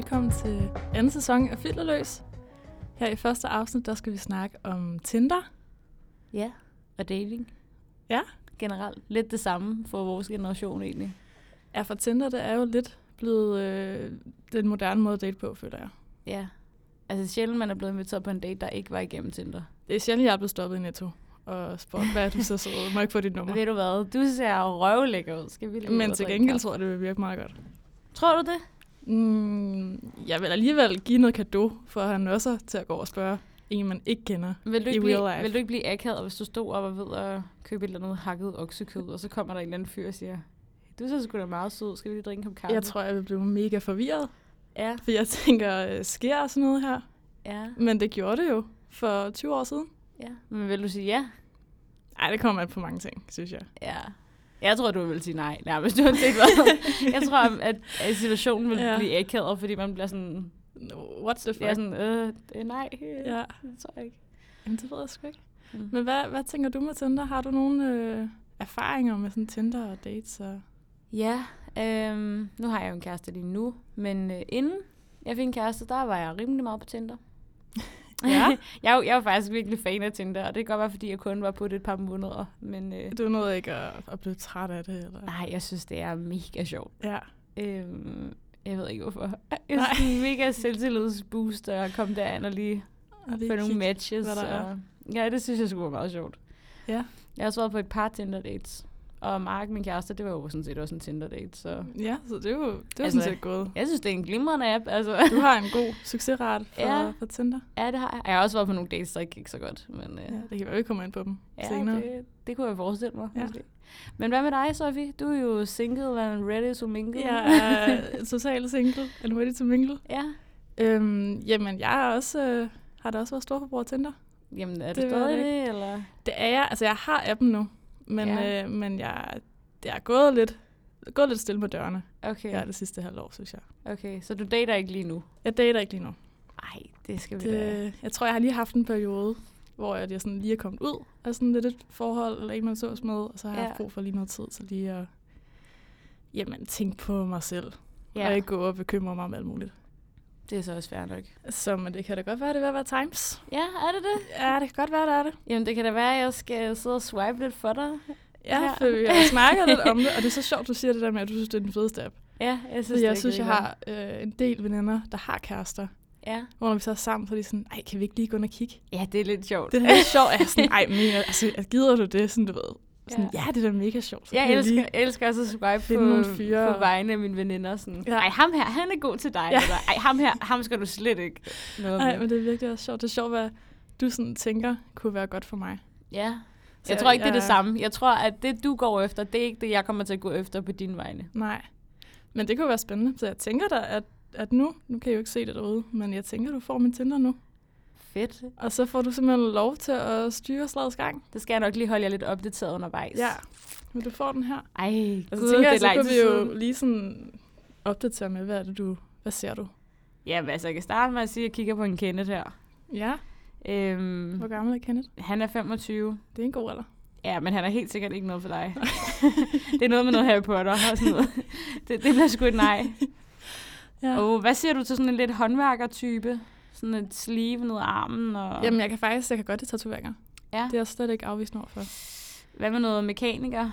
velkommen til anden sæson af Filterløs. Her i første afsnit, der skal vi snakke om Tinder. Ja, og dating. Ja. Generelt lidt det samme for vores generation egentlig. Ja, for Tinder, det er jo lidt blevet den moderne måde at date på, føler jeg. Ja, altså sjældent man er blevet inviteret på en date, der ikke var igennem Tinder. Det er sjældent, jeg er blevet stoppet i Netto og spurgt, hvad er du så sød? Må jeg ikke få dit nummer? Ved du hvad, du ser røvlækker ud. Skal vi lige Men til gengæld tror jeg, det vil virke meget godt. Tror du det? Jeg vil alligevel give noget cadeau for at have nøsser til at gå og spørge en, man ikke kender vil du i ikke real life. Vil du ikke blive akavet, hvis du stod op og ved at købe et eller andet hakket oksekød, og så kommer der en eller anden fyr og siger, du er så sgu da meget sød, skal vi lige drikke en kop kaffe? Jeg tror, jeg vil blive mega forvirret. Ja. For jeg tænker, sker sådan noget her? Ja. Men det gjorde det jo for 20 år siden. Ja. Men vil du sige ja? Nej, det kommer an på mange ting, synes jeg. Ja. Jeg tror, du vil sige nej. Nej, hvis du har set hvad. Jeg tror, at situationen vil blive akavet, fordi man bliver sådan... What's the fuck? Ja, sådan, nej. Ja. Det tror jeg ikke. Jamen, det ved jeg sgu ikke. Men hvad tænker du med Tinder? Har du nogle erfaringer med sådan Tinder og dates? Og... Ja, nu har jeg jo en kæreste lige nu, men inden jeg fik en kæreste, der var jeg rimelig meget på Tinder. Ja. jeg var faktisk virkelig fan af Tinder, og det kan godt være, fordi jeg kun var på det et par måneder. Men, du nåede ikke at blive træt af det? Eller? Nej, jeg synes, det er mega sjovt. Ja. Jeg ved ikke, hvorfor. Jeg synes, det er mega selvtillidsboost at komme derind og lige få nogle matches. Ja, det synes jeg skulle være meget sjovt. Ja. Jeg har også været på et par Tinder-dates. Og Mark, min kæreste, det var jo sådan set også en Tinder-date. Så. Ja, så det er jo sådan set gået. Jeg synes, det er en glimrende app. Altså. Du har en god succesrate for Tinder. Ja, det har jeg. Jeg har også været på nogle dates, der ikke gik så godt. Men, det kan være, vi kommer ind på dem senere. Det kunne jeg forestille mig. Ja. Men hvad med dig, Sofie? Du er jo single and ready to mingle. Jeg er totalt single and ready to mingle. Ja. Jamen, jeg er også, har da også været stor forbruger af Tinder. Jamen, er du stadig det, eller? Det er jeg. Altså, jeg har appen nu. Men det er gået lidt stille med dørene. Okay. Ja, det sidste halvår, synes jeg. Okay, så du dater ikke lige nu? Jeg dater ikke lige nu. Nej, det skal vi da. Jeg tror, jeg har lige haft en periode, hvor jeg sådan lige er kommet ud af sådan lidt et forhold, eller en man sås med, og så har jeg brug for lige noget tid til lige at tænke på mig selv. Ja. Og ikke gå og bekymre mig om alt muligt. Det er så også fair nok. Så men det kan da godt være, det vil være times. Ja, er det det? Ja, det kan godt være, det er det. Jamen, det kan da være, at jeg skal sidde og swipe lidt for dig. Ja, for jeg snakker lidt om det, og det er så sjovt, du siger det der med, at du synes, det er den fedeste app. Ja, jeg synes, jeg har en del veninder, der har kærester. Ja. Hvor når vi så er sammen, så er de sådan, ej, kan vi ikke lige gå ind og kigge? Ja, det er lidt sjovt. Det er lidt sjovt. Jeg er sådan, ej, men altså, gider du det? Sådan, du ved. Sådan, ja, det er da mega sjovt. Jeg elsker også at swipe på vegne af mine veninder. Sådan, ej, ham her, han er god til dig. Ja. Eller, ej, ham her, ham skal du slet ikke. Nej, men det er virkelig også sjovt. Det er sjovt, hvad du sådan tænker kunne være godt for mig. Ja. Jeg tror ikke, det er det samme. Jeg tror, at det, du går efter, det er ikke det, jeg kommer til at gå efter på din vegne. Nej. Men det kunne være spændende. Så jeg tænker da, at nu kan jeg jo ikke se det derude, men jeg tænker, du får min Tinder nu. Fedt. Og så får du simpelthen lov til at styre slagets gang. Det skal jeg nok lige holde jer lidt opdateret undervejs. Ja, men du får den her. Ej, og så tænker jeg, så kunne vi jo lige sådan opdatere med, hvad ser du? Ja, altså jeg kan starte med at sige, at jeg kigger på en Kenneth her. Ja. Hvor gammel er Kenneth? Han er 25. Det er en god alder. Ja, men han er helt sikkert ikke noget for dig. Det er noget med noget Harry Potter og sådan noget. Det bliver sgu et nej. Ja. Og hvad siger du til sådan en lidt håndværker-type? Sådan et sleeve ned ad armen? Og... Jamen, jeg kan godt lide tatoveringer. Ja. Det er jeg slet ikke afvist over for. Hvad med noget mekaniker?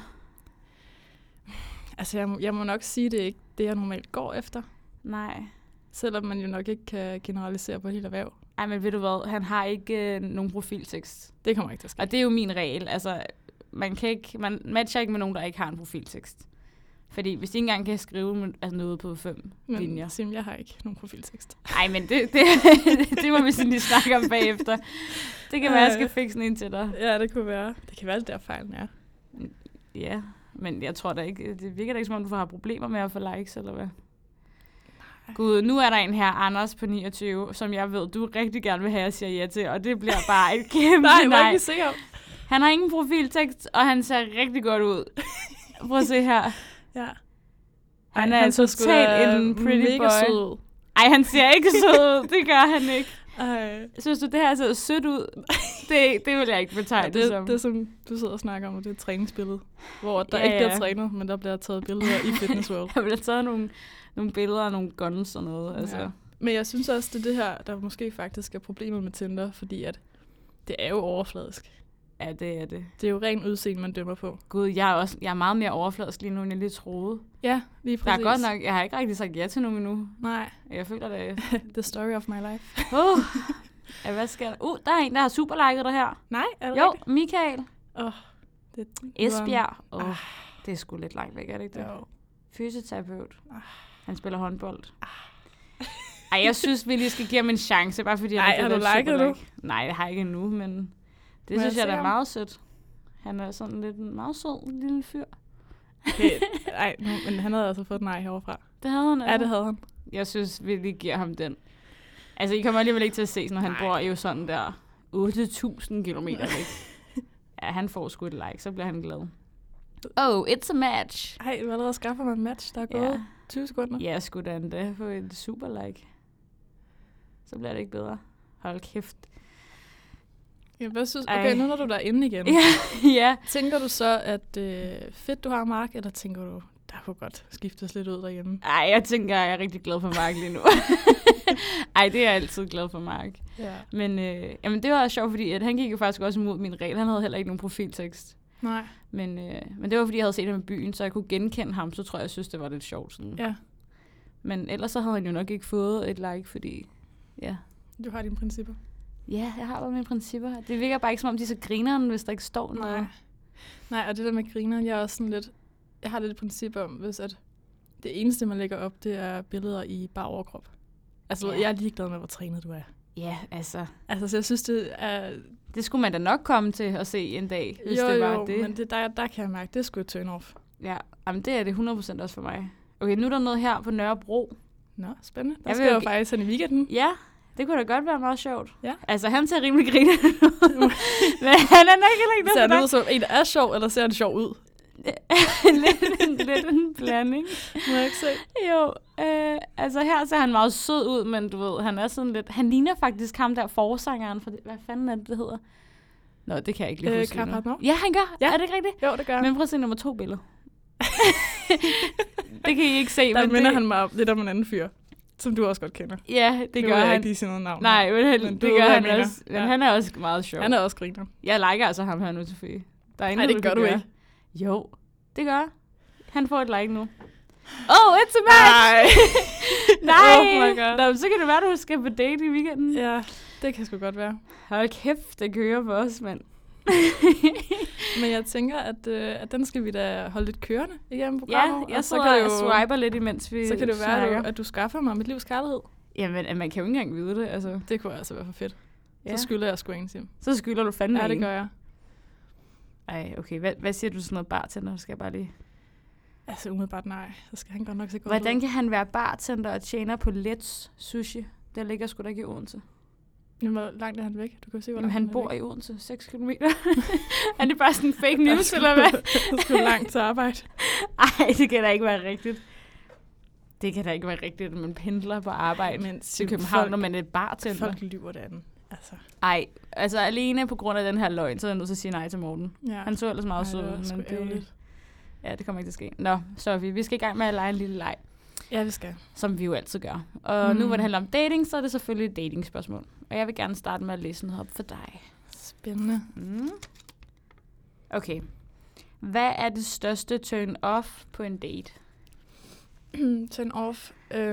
Altså, jeg må nok sige, det er ikke det, jeg normalt går efter. Nej. Selvom man jo nok ikke kan generalisere på et helt erhverv. Ej, men ved du hvad? Han har ikke nogen profiltekst. Det kommer ikke til at ske. Og det er jo min regel. Altså, man matcher ikke med nogen, der ikke har en profiltekst. Fordi hvis de ikke engang kan skrive noget på 5 linjer. Sim, jeg har ikke nogen profiltekst. Nej, men det må vi sådan lige snakke om bagefter. Det kan være, at jeg skal fikse en til dig. Ja, det kunne være. Det kan være, det der fejlen er. Ja, men jeg tror da ikke, det virker da ikke, som om du har problemer med at få likes, eller hvad? Nej. Gud, nu er der en her, Anders på 29, som jeg ved, du rigtig gerne vil have, at sige ja til, og det bliver bare et kæmpe nej. Nej, jeg er ikke sikker. Han har ingen profiltekst, og han ser rigtig godt ud. Prøv at se her. Ja. Han er totalt en pretty boy. Sød. Ej, han ser ikke sød ud. Det gør han ikke. Ej. Synes du, det her ser sødt ud? Det vil jeg ikke betegne det som. Det er som du sidder og snakker om, det er et træningsbillede. Hvor der ikke bliver trænet, men der bliver taget billeder i Fitness World. Der bliver taget nogle billeder af nogle guns og noget. Altså. Men jeg synes også, det er det her, der måske faktisk er problemet med Tinder, fordi at det er jo overfladisk. Ja, det er det. Det er jo ren udseende, man dømmer på. Gud, jeg er meget mere overfladisk lige nu, end jeg lige troede. Ja, lige præcis. Der er godt nok, jeg har ikke rigtig sagt ja til nogen endnu. Nej. Jeg føler det. The story of my life. Ja, hvad sker der? Der er en, der har superliket dig her. Nej, er det jo, rigtigt? Michael. Esbjerg. Ah. Det er sgu lidt langt væk, er det ikke det? Jo. Fysioterapeut. Han spiller håndbold. Ej, jeg synes, vi lige skal give ham en chance, bare fordi han har du liket nu? Nej, det har jeg ikke endnu, men det synes jeg, der er meget sødt. Han er sådan lidt en meget sød lille fyr. Okay. Ej, men han havde altså fået et nej heroverfra. Det havde han. Ja, det havde han. Jeg synes, vi lige giver ham den. Altså, I kommer alligevel ikke til at se, når han bor jo sådan der 8.000 kilometer væk. Ja, han får sgu et like, så bliver han glad. Oh, it's a match. Ej, du allerede skaffer mig en match, der er gået 20 sekunder. Ja, sgu da endda få et super like. Så bliver det ikke bedre. Hold kæft. Ja, hvad synes, okay, nu når du der inde igen. Ja. Tænker du så, at fedt, du har Mark, eller tænker du, der kunne godt skiftes lidt ud derhjemme? Ej, jeg tænker, jeg er rigtig glad for Mark lige nu. Ej, det er jeg altid glad for Mark. Ja. Men jamen, det var også sjovt, fordi at han gik jo faktisk også imod min regel. Han havde heller ikke nogen profiltekst. Nej. Men det var, fordi jeg havde set ham i byen, så jeg kunne genkende ham, så tror jeg synes, det var lidt sjovt. Sådan. Ja. Men ellers så havde han jo nok ikke fået et like, fordi ja. Du har dine principper. Ja, jeg har bare mine principper. Det virker bare ikke, som om de er så grineren, hvis der ikke står noget. Nej, og det der med grineren, jeg er også sådan lidt... Jeg har lidt et princip om, hvis at det eneste, man lægger op, det er billeder i bare overkrop. Altså, jeg er ligeglad med, hvor trænet du er. Ja, altså... Altså, så jeg synes, det er... Det skulle man da nok komme til at se en dag, hvis det var det. Men der kan jeg mærke, det er sgu et turn off. Ja, jamen det er det 100% også for mig. Okay, nu er der noget her på Nørrebro. Nå, spændende. Der skal jeg jo faktisk hen i weekenden. Ja, det kunne da godt være meget sjovt. Ja. Altså, han ser rimelig griner. Men han er nok ikke noget. Ser han ud som en, der er sjov, eller ser han sjov ud? lidt en blanding. Må jeg ikke se? Jo, altså her ser han meget sød ud, men du ved, han er sådan lidt... Han ligner faktisk ham der forsangeren for det. Hvad fanden er det hedder? Nå, det kan jeg ikke lige huske. Ja, han gør. Ja. Er det ikke rigtigt? Jo, det gør. Men prøv at se nummer 2 billede. Det kan I ikke se. Der minder han mig lidt om en anden fyr, som du også godt kender. Ja, det gør han. Jeg ikke lige sige noget navn. Nej, men det gør han også. Men han er også meget sjov. Han er også griner. Jeg liker altså ham her nu, Sofie. Nej, det gør du ikke. Jo, det gør. Han får et like nu. Oh, it's a match! Nej! Oh my god. Nå, så kan det være, du skal på date i weekenden. Ja, det kan sgu godt være. Hold kæft, det kører for os, mand. Men jeg tænker, at den skal vi da holde lidt kørende igennem programmet. Ja, jeg sidder og swiper lidt, imens vi så kan det være, at du skaffer mig mit livs kærlighed. Jamen, man kan jo ikke engang vide det. Altså. Det kunne altså være for fedt. Ja. Så skylder jeg sgu en, Sim. Så skylder du fandme en. Ja, det gør jeg. Ej, okay. Hvad siger du sådan noget bartender? Skal jeg bare lige... Altså umiddelbart nej. Så skal han godt nok se godt Hvordan kan han være bartender og tjener på Let's Sushi? Der ligger sgu da ikke i Odense. Jamen, hvor langt er han væk? Du kan se, hvor langt han bor i Odense, 6 kilometer. Er det bare sådan fake news, eller hvad? Det skulle langt til arbejde. Ej, det kan da ikke være rigtigt. Det kan da ikke være rigtigt, at man pendler på arbejde men til København, når man er et bartender. Folk lyver det andet. Ej, altså alene på grund af den her løgn, så er jeg nødt til at sige nej til Morten. Ja. Han så ellers meget sød, men det... Ja, det kommer ikke til at ske. Nå, så vi skal i gang med at lege en lille leg. Ja, vi skal. Som vi jo altid gør. Og nu hvor det handler om dating, så er det selvfølgelig et datingspørgsmål. Og jeg vil gerne starte med at læse noget op for dig. Spændende. Okay. Hvad er det største turn off på en date? Turn off?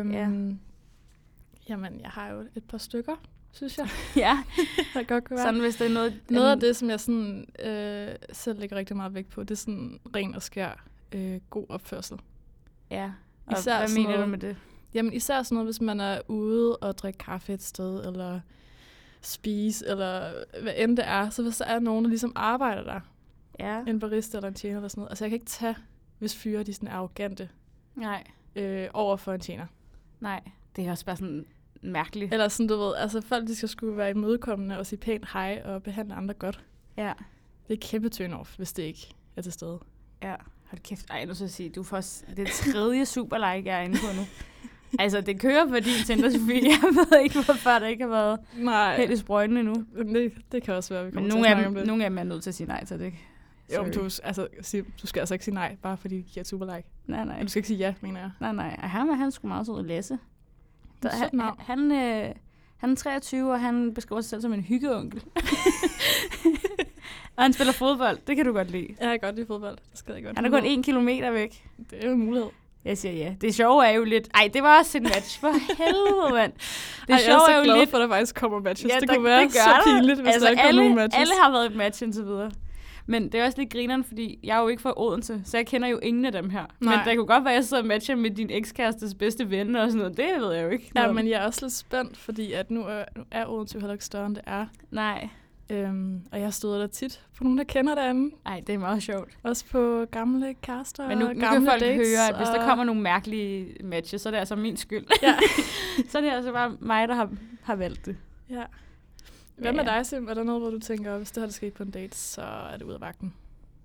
Jamen, jeg har jo et par stykker, synes jeg. Ja. Der godt kunne være. Sådan, hvis det er noget af det, som jeg sådan, selv lægger rigtig meget vægt på, det er sådan ren og skær god opførsel. Ja. Og især hvad mener du med det? Jamen især sådan noget, hvis man er ude og drikke kaffe et sted, eller spise, eller hvad end det er. Så hvis der er nogen, der ligesom arbejder der, en barista eller en tjener eller sådan noget. Altså jeg kan ikke tage, hvis fyre de sådan er arrogante over for en tjener. Nej, det er også bare sådan mærkeligt. Eller sådan, du ved, altså folk de skal skulle være imødekommende og sige pænt hej og behandle andre godt. Ja. Det er kæmpe turn off, hvis det ikke er til stede. Ja. Hold kæft. Ej, nu skal jeg sige, du får det tredje superlike, jeg er inde på nu. Altså, det kører på din Tinder, Sofie. Jeg ved ikke, hvorfor der ikke har været helt i sprøjtene endnu. Det kan også være, vi kommer til at snakke om det. Nogle af dem er nødt til at sige nej til det, ikke? Jo, men du skal altså ikke sige nej, bare fordi du giver et superlike. Nej. Men du skal ikke sige ja, mener jeg. Nej. Og han var sgu meget sød at læse. Han er 23, og han beskriver sig selv som en hyggeonkel. Og han spiller fodbold. Det kan du godt lide. Jeg kan godt lide fodbold. Det skal jeg godt. Han er kun 1 kilometer væk. Det er jo en mulighed. Jeg siger ja. Det sjove er jo lidt... Ej, det var også en match. For helvede, mand. Jeg er så glad for, at der faktisk kommer matches. Ja, det kunne være så pinligt, hvis der ikke kom nogen matches. Alle har været et match indtil videre. Men det er også lidt grineren, fordi jeg er jo ikke fra Odense, så jeg kender jo ingen af dem her. Nej. Men det kunne godt være, at jeg sidder og matcher med din ekskærestes bedste ven og sådan noget. Det ved jeg jo ikke. Ja, men jeg er også lidt spændt, fordi at nu er Odense jo heller ikke større, end det er. Nej. Og jeg støder der tit på nogen, der kender det andet. Nej, det er meget sjovt. Også på gamle kærester og gamle dates. Men nu kan folk høre, at hvis der kommer nogle mærkelige matches, så er det altså min skyld. Ja. Så er det altså bare mig, der har valgt det. Ja. Hvad med dig, Sim? Er der noget, hvor du tænker, hvis det har det sket på en date, så er det ud af vagten?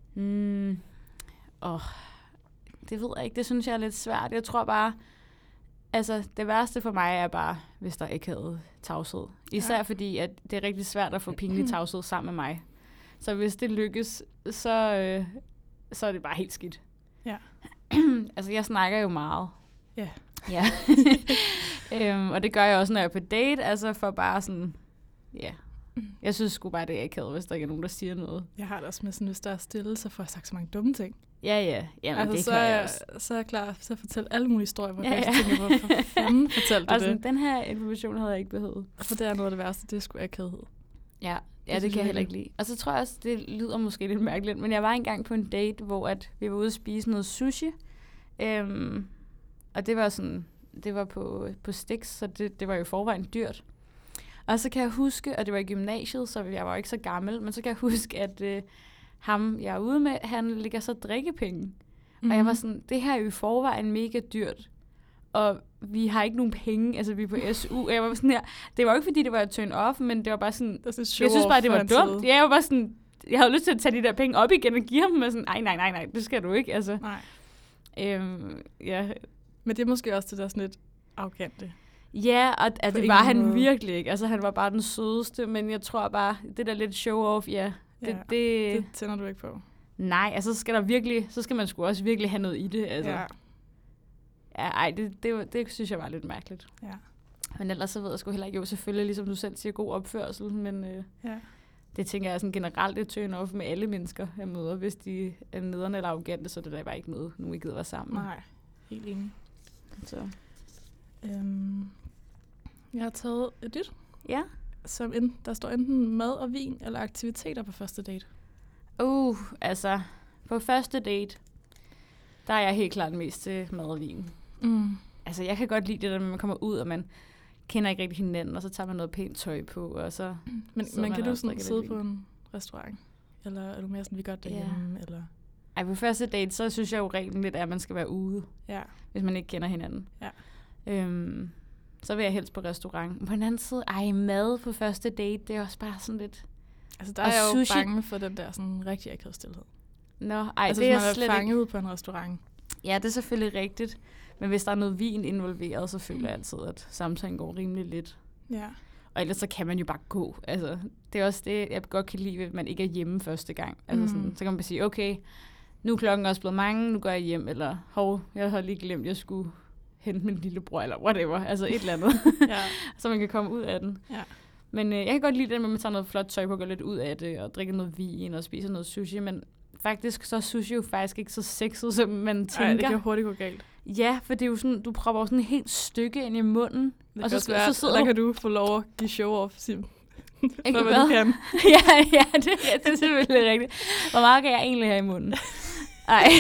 Det ved jeg ikke. Det synes jeg er lidt svært. Jeg tror bare, altså det værste for mig er bare, hvis der ikke havde tavshed. Især fordi, at det er rigtig svært at få pinlig tavshed sammen med mig. Så hvis det lykkes, så er det bare helt skidt. Ja. Altså jeg snakker jo meget. Ja. Ja. Og det gør jeg også, når jeg er på date, altså for bare sådan... Ja, jeg synes sgu bare, det er akavet, hvis der ikke er nogen, der siger noget. Jeg har det også med sådan, hvis der er stille, så får jeg sagt så mange dumme ting. Ja. Jamen, altså, det så, jeg også. Så er jeg klar til at fortælle alle mulige historier, hvor jeg tænker, hvorfor fanden fortalte du det? Den her information havde jeg ikke behøvet. For det er noget af det værste, det er sgu akavethed. Ja, det kan jeg heller ikke lide. Og så tror jeg også, det lyder måske lidt mærkeligt, men jeg var engang på en date, hvor at vi var ude at spise noget sushi. Og det var sådan, det var på Stix, så det var jo i forvejen dyrt. Og så kan jeg huske, og det var i gymnasiet, så jeg var ikke så gammel, men så kan jeg huske, at ham, jeg er ude med, han ligger så drikkepenge. Mm-hmm. Og jeg var sådan, det her er jo i forvejen mega dyrt. Og vi har ikke nogen penge, altså vi er på SU. Og jeg var sådan her, det var jo ikke fordi, det var et turn off, men det var bare sådan, jeg synes bare, det var dumt. Jeg var bare sådan, jeg havde lyst til at tage de der penge op igen og give ham, og sådan, nej, det skal du ikke, altså. Nej. Ja. Men det er måske også det der sådan lidt arrogante. Ja, og det var han virkelig ikke. Altså, han var bare den sødeste, men jeg tror bare, det der lidt show-off, det tænder du ikke på. Nej, altså, så skal man sgu også virkelig have noget i det, altså. Ja. Ja, ej, det synes jeg var lidt mærkeligt. Ja. Men ellers så ved jeg sgu heller ikke, jo selvfølgelig, ligesom du selv siger, god opførsel, men det tænker jeg sådan generelt et turn off med alle mennesker, jeg møder, hvis de er nederne eller arrogante, så det der bare ikke noget, nogen ikke gider være sammen. Nej, helt enig. Så... Jeg har taget et dit, som der står enten mad og vin eller aktiviteter på første date. Altså på første date, der er jeg helt klart mest til mad og vin. Altså jeg kan godt lide det der, når man kommer ud, og man kender ikke rigtig hinanden, og så tager man noget pænt tøj på, og så... Men kan du sådan sidde på en restaurant? Eller er du mere sådan, vi gør det hjemme? Eller? Ej, på første date, så synes jeg jo reglen lidt, at man skal være ude, hvis man ikke kender hinanden. Ja. Så vil jeg helst på restaurant. På den anden side, mad på første date, det er også bare sådan lidt... Altså, der er jeg jo bange for den der sådan rigtig akavet stillhed. Altså, det er slet ikke... fanget ud på en restaurant. Ja, det er selvfølgelig rigtigt. Men hvis der er noget vin involveret, så føler jeg altid, at samtalen går rimelig lidt. Ja. Og ellers så kan man jo bare gå. Altså, det er også det, jeg godt kan lide, at man ikke er hjemme første gang. Altså, sådan, så kan man bare sige, okay, nu er klokken også blevet mange, nu går jeg hjem. Eller, jeg har lige glemt, jeg skulle... hente min lillebror, eller whatever, altså et eller andet, så man kan komme ud af den. Ja. Men jeg kan godt lide det, at man tager noget flot tøj på, går lidt ud af det, og drikker noget vin, og spiser noget sushi, men faktisk så er sushi jo faktisk ikke så sexet, som man tænker. Nej, det kan hurtigt gå galt. Ja, for det er jo sådan, du propper sådan et helt stykke ind i munden, og så sidder der kan du få lov at give show-off, Sim. For hvad du kan. ja, det er selvfølgelig rigtigt. Hvor meget kan jeg egentlig have i munden? Ej.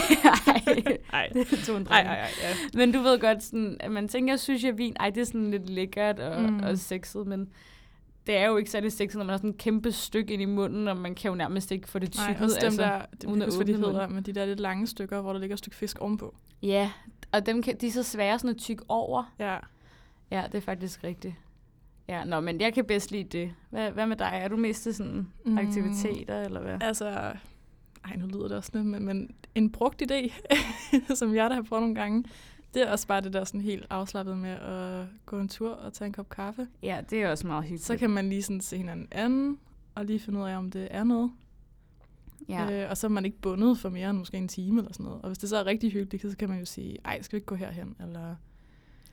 Det tog en dreng. Ja. Men du ved godt, sådan, at man tænker, at sushi og vin, det er sådan lidt lækkert og sexet, men det er jo ikke særlig sexet, når man har sådan et kæmpe stykke ind i munden, og man kan jo nærmest ikke få det tykket. Nej, også dem der, uden at de hedder, men de der lidt lange stykker, hvor der ligger et stykke fisk ovenpå. Ja, og de er så svære sådan at tykke over. Ja. Ja, det er faktisk rigtigt. Ja, men jeg kan bedst lide det. Hvad med dig? Er du mest til sådan aktiviteter, eller hvad? Altså... nu lyder det også lidt, men en brugt idé, som jeg der har prøvet nogle gange, det er også bare det der sådan helt afslappet med at gå en tur og tage en kop kaffe. Ja, det er også meget hyggeligt. Så kan man lige sådan se hinanden anden, og lige finde ud af, om det er noget. Ja. Og så er man ikke bundet for mere end måske en time eller sådan noget. Og hvis det så er rigtig hyggeligt, så kan man jo sige, skal vi ikke gå herhen? Eller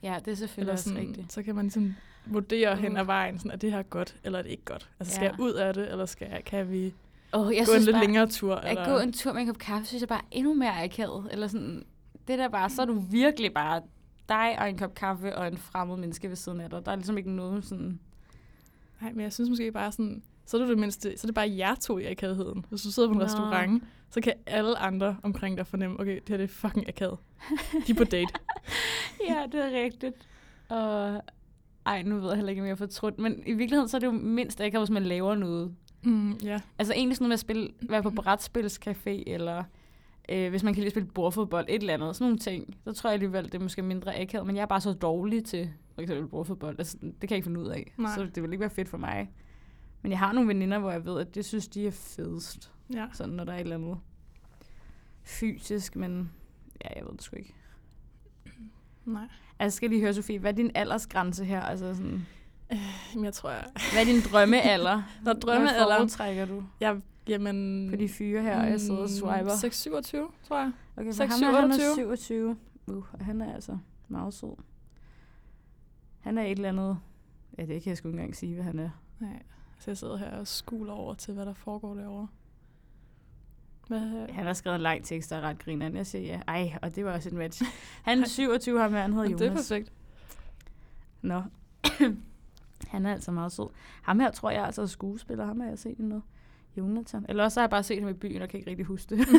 Ja, det er selvfølgelig også rigtigt. Så kan man ligesom vurdere hen ad vejen, sådan, er det her godt, eller er det ikke godt? Altså, skal jeg ud af det, eller kan vi gå en lidt længere tur? Eller? At gå en tur med en kop kaffe, synes jeg bare endnu mere akavet. Eller sådan, det der bare, så er du virkelig bare dig og en kop kaffe og en fremmed menneske ved siden af dig. Der er ligesom ikke noget sådan... Nej, men jeg synes måske bare sådan, så er det bare jer to i akavetheden. Hvis du sidder på en restaurant, så kan alle andre omkring dig fornemme, okay, det her det er fucking akavet. De er på date. Ja, det er rigtigt. Og nu ved jeg heller ikke, om jeg har fortrudt. Men i virkeligheden, så er det jo mindst akavet, hvis man laver noget. Ja. Altså egentlig sådan noget med at være på brætspilscafé, eller hvis man kan lide at spille bordfodbold, et eller andet, sådan nogle ting. Så tror jeg alligevel, det er måske mindre akavet. Men jeg er bare så dårlig til for eksempel bordfodbold. Altså, det kan jeg ikke finde ud af. Nej. Så det vil ikke være fedt for mig. Men jeg har nogle veninder, hvor jeg ved, at det synes, de er fedest. Ja. Sådan, når der er et eller andet fysisk, men ja, jeg ved det sgu ikke. Nej. Altså, skal lige høre, Sofie, hvad er din aldersgrænse her? Altså sådan... jeg tror, Hvad er din drømmealder? Drømmealder? Hvad foretrækker du? Jamen... På de fyre her, jeg sidder og swiper. 6-27, tror jeg. Okay, 6-27. Og han er altså meget sød. Han er et eller andet... Ja, det kan jeg sgu ikke engang sige, hvad han er. Nej, så jeg sidder her og skuler over til, hvad der foregår derovre. Han har skrevet en lang tekst, der er ret grineren. Jeg siger ja. Og det var også et match. Han er 27, han hedder Jonas. Det er perfekt. Nå. Han er altså meget sød. Ham her tror jeg altså er skuespiller. Ham har jeg set i noget. Jonathan. Eller også har jeg bare set ham i byen, og kan ikke rigtig huske det.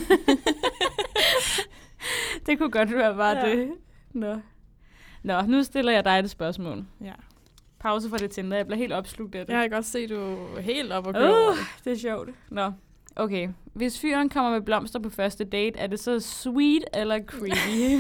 Det kunne godt være bare det. Nå, nu stiller jeg dig et spørgsmål. Ja. Pause for det Tinder. Jeg bliver helt opslugt af det. Jeg kan godt se, du er helt op og køre. Det er sjovt. Nå. Okay. Hvis fyren kommer med blomster på første date, er det så sweet eller creepy?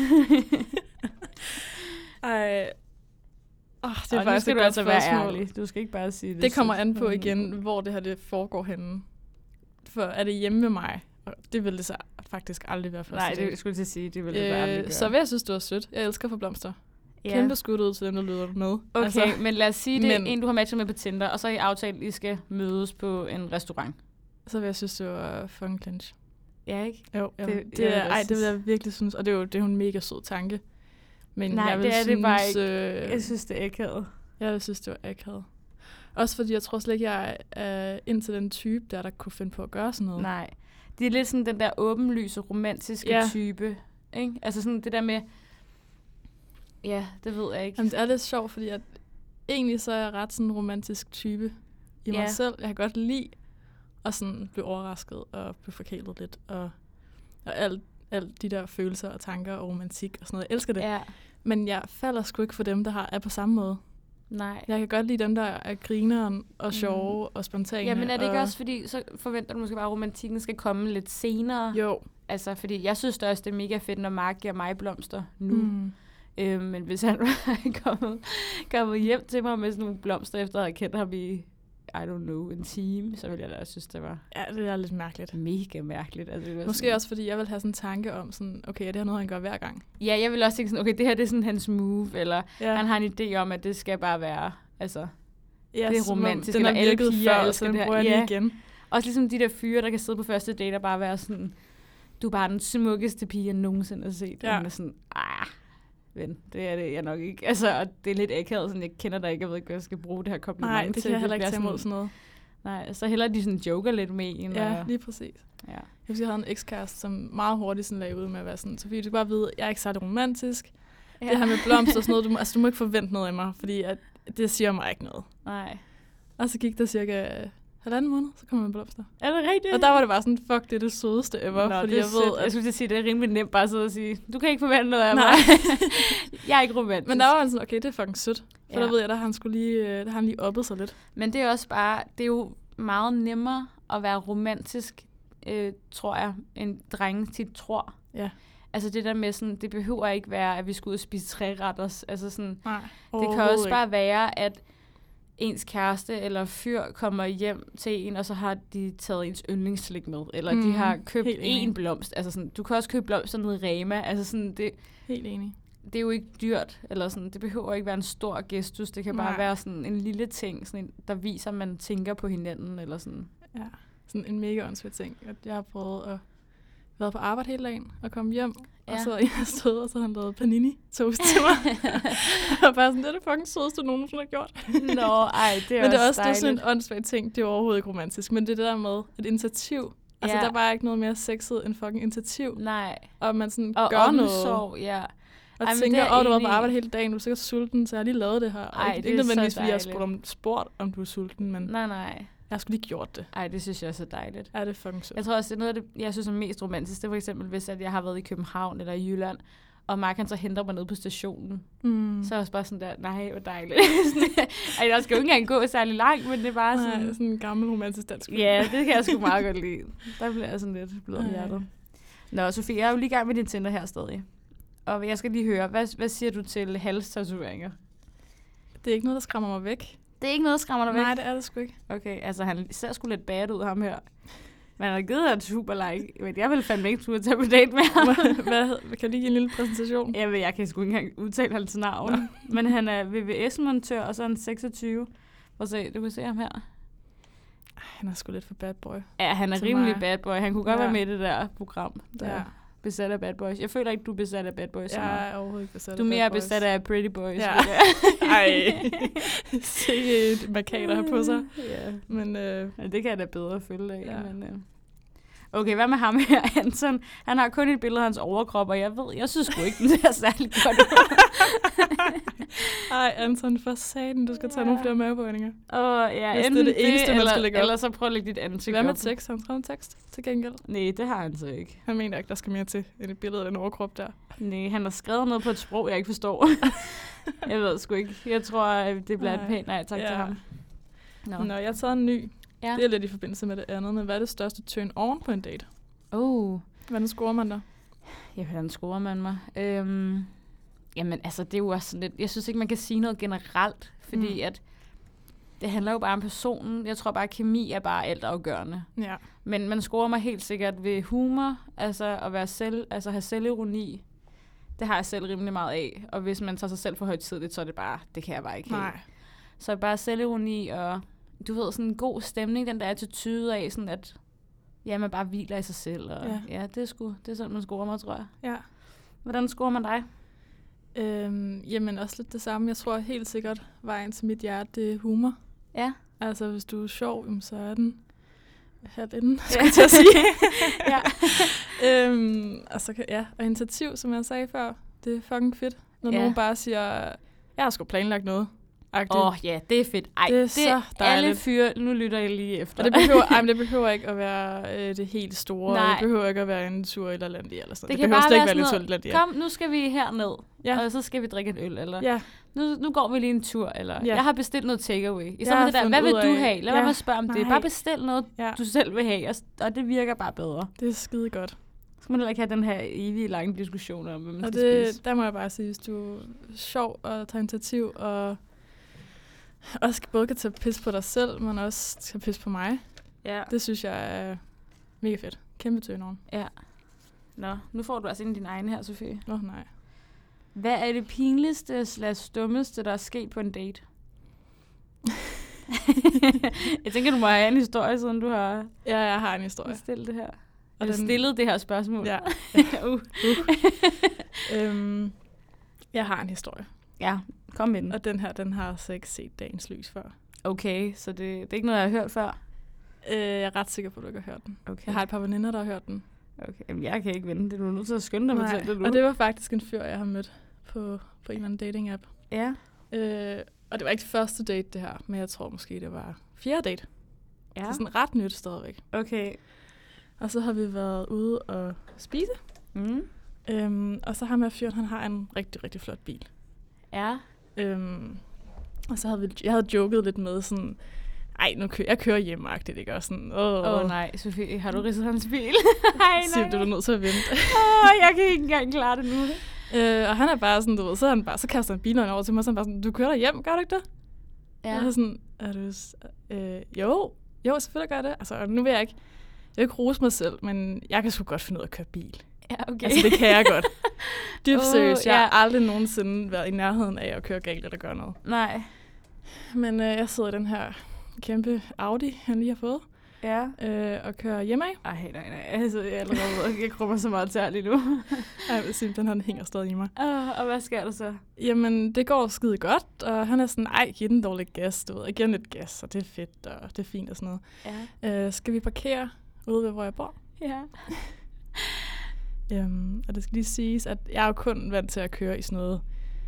Det er faktisk et godt spørgsmål. Være ærlig. Du skal ikke bare sige det. Det kommer an på igen, hvor det her det foregår henne. For er det hjemme med mig? Og det vil det så faktisk aldrig være første date. Nej, det skulle jeg sige. Det vil det bare aldrig gøre. Så vil jeg synes, du er sødt. Jeg elsker for blomster. Ja. Kæmpe skud ud til dem, der lyder med. Okay, altså, men lad os sige, det er en, du har matchet med på Tinder, og så har I aftalt, at I skal mødes på en restaurant. Så vil jeg synes, det var fun clinch. Ja, ikke? Jo. Det vil jeg virkelig synes. Og det er jo en mega sød tanke. Men nej, jeg vil det er synes, det bare ikke. Jeg synes, det er akavet. Jeg vil synes, det var akavet. Også fordi jeg tror slet ikke, jeg er ind til den type, der kunne finde på at gøre sådan noget. Nej. Det er lidt sådan den der åbenlyse, romantiske type. Ikke? Altså sådan det der med... Ja, det ved jeg ikke. Jamen, det er lidt sjovt, fordi at egentlig så er jeg ret sådan en romantisk type i mig selv. Jeg kan godt lide at sådan blive overrasket og blive forkælet lidt. Og alt de der følelser og tanker og romantik og sådan noget. Jeg elsker det. Ja. Men jeg falder sgu ikke for dem, der er på samme måde. Nej. Jeg kan godt lide dem, der er grineren og sjove og spontane. Ja, men er det ikke også, fordi så forventer du måske bare, at romantikken skal komme lidt senere? Jo. Altså, fordi jeg synes da også, det er mega fedt, når Mark giver mig blomster nu. Men hvis han var kommet hjem til mig med sådan nogle blomster, efter at have kendt ham i, I don't know, en time, så ville jeg da synes, det var... Ja, det er lidt mærkeligt. Mega mærkeligt. Altså, måske sådan, også, fordi jeg vil have sådan en tanke om, sådan, okay, er det her noget, han gør hver gang? Ja, jeg vil også tænke sådan, okay, det her det er sådan hans move, eller han har en idé om, at det skal bare være, altså, det er romantisk. Den har virket før, så den bruger jeg lige igen. Også ligesom de der fyre, der kan sidde på første date og bare være sådan, du er bare den smukkeste pige, jeg nogensinde har set. Ja. Og med sådan, ven, det er det jeg nok ikke. Altså, og det er lidt akavet, sådan, jeg kender dig ikke, jeg ved ikke, hvad jeg skal bruge det her kompliment til. Nej, det kan jeg heller ikke tage imod sådan noget. Nej, så heller de sådan joker lidt med en. Ja, lige præcis. Ja. Jeg husker, jeg havde en ekskæreste, som meget hurtigt sådan lagde ud med at være sådan, Sofie, du kan bare vide, jeg er ikke særlig romantisk. Ja. Det her med blomster og sådan noget, du må ikke forvente noget af mig, fordi at det siger mig ikke noget. Nej. Og så gik der cirka 1,5 måned, så kom jeg med blomster. Er det rigtigt? Og der var det bare sådan, fuck, det er det sødeste ever. Nå, fordi jeg ved, jeg skulle sige, det er rimelig nemt bare at sidde og sige, du kan ikke forvente noget af mig. Jeg er ikke romantisk. Men der var sådan, okay, det er fucking sødt. For der ved jeg, der har han lige oppet sig lidt. Men det er også bare, det er jo meget nemmere at være romantisk, tror jeg, end drenge tit tror. Ja. Altså det der med sådan, det behøver ikke være, at vi skal ud og spise 3-retters. Altså sådan, nej, det kan også bare være, at ens kæreste eller fyr kommer hjem til en, og så har de taget ens yndlingsslik med. Eller de har købt en blomst. Altså sådan, du kan også købe blomster nede i Rema. Altså sådan, det, helt enig. Det er jo ikke dyrt. Eller sådan, det behøver ikke være en stor gestus. Det kan bare være sådan en lille ting, sådan en, der viser, at man tænker på hinanden. Eller sådan. Ja, sådan en mega åndssvagt ting. Jeg har prøvet at været på arbejde hele dagen og kommet hjem. Ja. Og så er jeg stået, og så har han lavet panini-toast til mig. Og bare sådan, det er det fucking sødeste, nogen har gjort. Nå, ej, det er men det er også det er sådan en åndssvagt ting. Det er overhovedet ikke romantisk. Men det er det der med et initiativ. Altså, der er bare ikke noget mere sexet end fucking initiativ. Nej. Og man sådan og gør noget. Ja. Og tænker, du var på arbejde hele dagen, du er sikkert sulten, så jeg har lige lavet det her. Ej, det er ikke nødvendigvis, fordi jeg har spurgt, om du er sulten, men nej. Jeg har sgu lige gjort det. Ej, det synes jeg også er dejligt. Ja, det er fucking sødt. Jeg tror også, det er noget af det, jeg synes er mest romantisk. Det er for eksempel, hvis at jeg har været i København eller i Jylland, og Mark han så henter mig ned på stationen. Så er jeg også bare sådan der, nej, hvor dejligt. Ej, jeg skal jo ikke engang gå særlig langt, men det er bare sådan... Nej, sådan en gammel romantisk dansk film. Ja, det kan jeg sgu meget godt lide. Der bliver jeg sådan lidt blød om hjertet. Nå, Sofie, jeg er jo lige i gang med din Tinder her stadig. Og jeg skal lige høre, hvad siger du til halstatoveringer? Det er ikke noget, der skræmmer mig væk. Det er ikke noget, der skræmmer dig væk? Nej, det er det sgu ikke. Okay, altså han ser sgu lidt bad ud, ham her. Man har givet et super like, men jeg vil fandme ikke turde tage på date med ham. Kan du give en lille præsentation? Jeg kan sgu ikke engang udtale hans navn. Men han er VVS-montør, og så er han 26. Og så du kan se ham her. Han er sgu lidt for bad boy. Ja, han er rimelig bad boy. Han kunne godt være med i det der program. Ja. Besat af bad boys. Jeg føler ikke, du er besat af bad boys. Jeg er overhovedet ikke besat af bad boys. Du er mere besat af pretty boys. Ja. Ej. Se et markader her på sig. Ja. Men det kan jeg da bedre følge af. Ja. Men, okay, hvad med ham her, Anton? Han har kun et billede af hans overkrop, og jeg synes sgu ikke, det er særlig godt ud. Ej, Anton, for satan, du skal tage nogle flere mavebøjninger. Ja, enten det er det eneste, man skal lægge op. Eller så prøv at lægge dit ansigt op. Hvad med tekst? Har han skrevet en tekst til gengæld? Nej, det har han så ikke. Han mener ikke, der skal mere til end et billede af den overkrop der. Nej, han har skrevet noget på et sprog, jeg ikke forstår. Jeg ved sgu ikke. Jeg tror, det bliver et pænt nej tak til ham. Nå, jeg har taget en ny. Ja. Det er lidt i forbindelse med det andet, men hvad er det største turn on på en date? Hvordan scorer man der? Ja, hvordan scorer man mig? Jamen, altså, det er jo også sådan lidt... Jeg synes ikke, man kan sige noget generelt, fordi at det handler jo bare om personen. Jeg tror bare, at kemi er bare altafgørende. Ja. Men man scorer mig helt sikkert ved humor, altså at være have selvironi. Det har jeg selv rimelig meget af. Og hvis man tager sig selv for højtideligt, så er det bare... Det kan jeg bare ikke. Nej. Så bare selvironi og... Du ved, sådan en god stemning, den der attitude af, sådan at... Ja, man bare hviler i sig selv. Og ja, det er sådan, man scorer mig, tror jeg. Ja. Hvordan scorer man dig? Jamen også lidt det samme. Jeg tror helt sikkert, vejen til mit hjerte, det er humor. Ja. Altså, hvis du er sjov, så er den herinde, skulle jeg til at sige. Og så og initiativ, som jeg sagde før, det er fucking fedt. Når nogen bare siger, jeg har sgu planlagt noget. Ja, det er fedt. Ej, det er så dejligt. Alle fyre, nu lytter jeg lige efter. Og det behøver ikke at være det helt store. Nej. Det behøver ikke at være en tur i Lalandia eller sådan. Det behøver slet ikke være en tur i Lalandia. Kom, nu skal vi herned, og så skal vi drikke en øl. Eller nu går vi lige en tur. Eller jeg har bestilt noget takeaway. I stedet for det der, hvad vil du have? Lad mig bare spørge om det. Bare bestil noget, du selv vil have, og det virker bare bedre. Det er skide godt. Så skal man heller ikke have den her evige lange diskussion om, hvad man skal spise. Der må jeg bare sige, hvis du er sjov og tager initiativ og også både kan tage pis på dig selv, men også tage pis på mig. Ja. Det synes jeg er mega fedt. Kæmpe turn-on. Ja. Nå, nu får du altså ind i din egen her, Sofie. Nej. Hvad er det pinligste / dummeste, der er sket på en date? Jeg tænker, du må have en historie, siden du har... Ja, jeg har en historie. Stillet det her. Og stillet det her spørgsmål. Ja. Jeg har en historie. Ja, kom med den. Og den her, den har altså ikke set dagens lys før. Okay, så det er ikke noget, jeg har hørt før? Jeg er ret sikker på, at du ikke har hørt den. Okay. Jeg har et par veninder, der har hørt den. Okay, jamen jeg kan ikke vinde det. Du er nødt til at skynde dig mig til det nu. Og det var faktisk en fyr, jeg har mødt på en eller anden dating-app. Ja. Og det var ikke det første date, det her, men jeg tror måske, det var 4. date. Ja. Så sådan ret nyt stadigvæk. Okay. Og så har vi været ude og spise. Og så har med fyren, han har en rigtig, rigtig flot bil. Ja. Og så havde jeg havde joket lidt med sådan, jeg kører hjemme-agtigt, ikke? Og sådan, nej, Sofie, har du ridset hans bil? Nej. Du er nødt til at vente. Jeg kan ikke engang klare det nu. Og han er bare sådan, du ved, så kaster han bilerne over til mig, og så bare sådan, du kører dig hjem, gør du ikke det? Ja. Og så sådan, jo, selvfølgelig gør jeg det. Altså, nu vil jeg ikke rose mig selv, men jeg kan sgu godt finde ud af at køre bil. Ja, okay. Altså, det kan jeg godt. Dybt seriøst. Jeg har aldrig nogensinde været i nærheden af at køre galt eller gøre noget. Nej. Men jeg sidder i den her kæmpe Audi, han lige har fået. og køre hjemme af. Ej, nej. Altså, jeg krummer så meget tær lige nu. Jeg vil sige, den hænger stadig i mig. Og hvad sker der så? Jamen, det går skide godt, og han er sådan, giv den dog lidt gas, du ved. Jeg giver den lidt gas, og det er fedt, og det er fint og sådan noget. Skal vi parkere ude ved, hvor jeg bor? Ja. Og det skal lige siges, at jeg er jo kun vant til at køre i sådan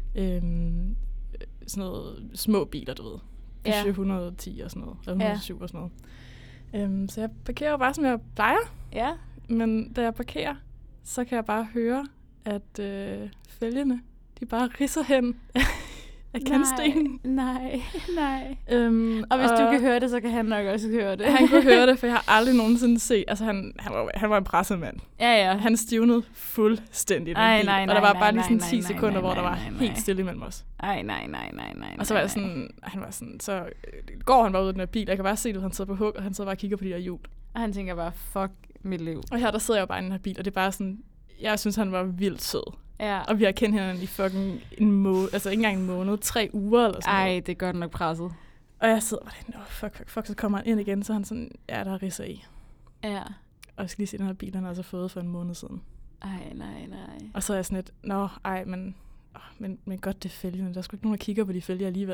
noget små biler, du ved. 110 og sådan noget, eller 107 og sådan noget. Så jeg parkerer jo bare, som jeg plejer. Ja. Men da jeg parkerer, så kan jeg bare høre, at fælgene, de bare ridser hen af kantstenen. Nej. Og hvis du kan høre det, så kan han nok også høre det. Han kunne høre det, for jeg har aldrig nogensinde set. Altså, han var en presset mand. Ja. Han stivnede fuldstændig i den bil. Og der var bare lige sådan 10 sekunder, hvor der var helt stille imellem os. Nej. Og så var jeg sådan, så går han bare ud af den her bil. Jeg kan bare se, at han sidder på hug, og han sidder bare og kigger på de der hjul. Og han tænker bare, fuck mit liv. Og her, der sidder jeg jo bare i den her bil, og det er bare sådan, jeg synes, han var vildt sød. Ja. Og vi har kendt hinanden i fucking en måned, altså ikke engang en måned, 3 uger eller sådan noget. Ej, det gør den nok presset. Og jeg sidder bare, fuck, så kommer han ind igen, så han sådan, der er ridser i. Ja. Og jeg skal lige se, den her bil, han har altså fået for en måned siden. Ej, nej. Og så er jeg sådan lidt, men godt det er fælgene. Der er sgu ikke nogen, der kigger på de fælger alligevel.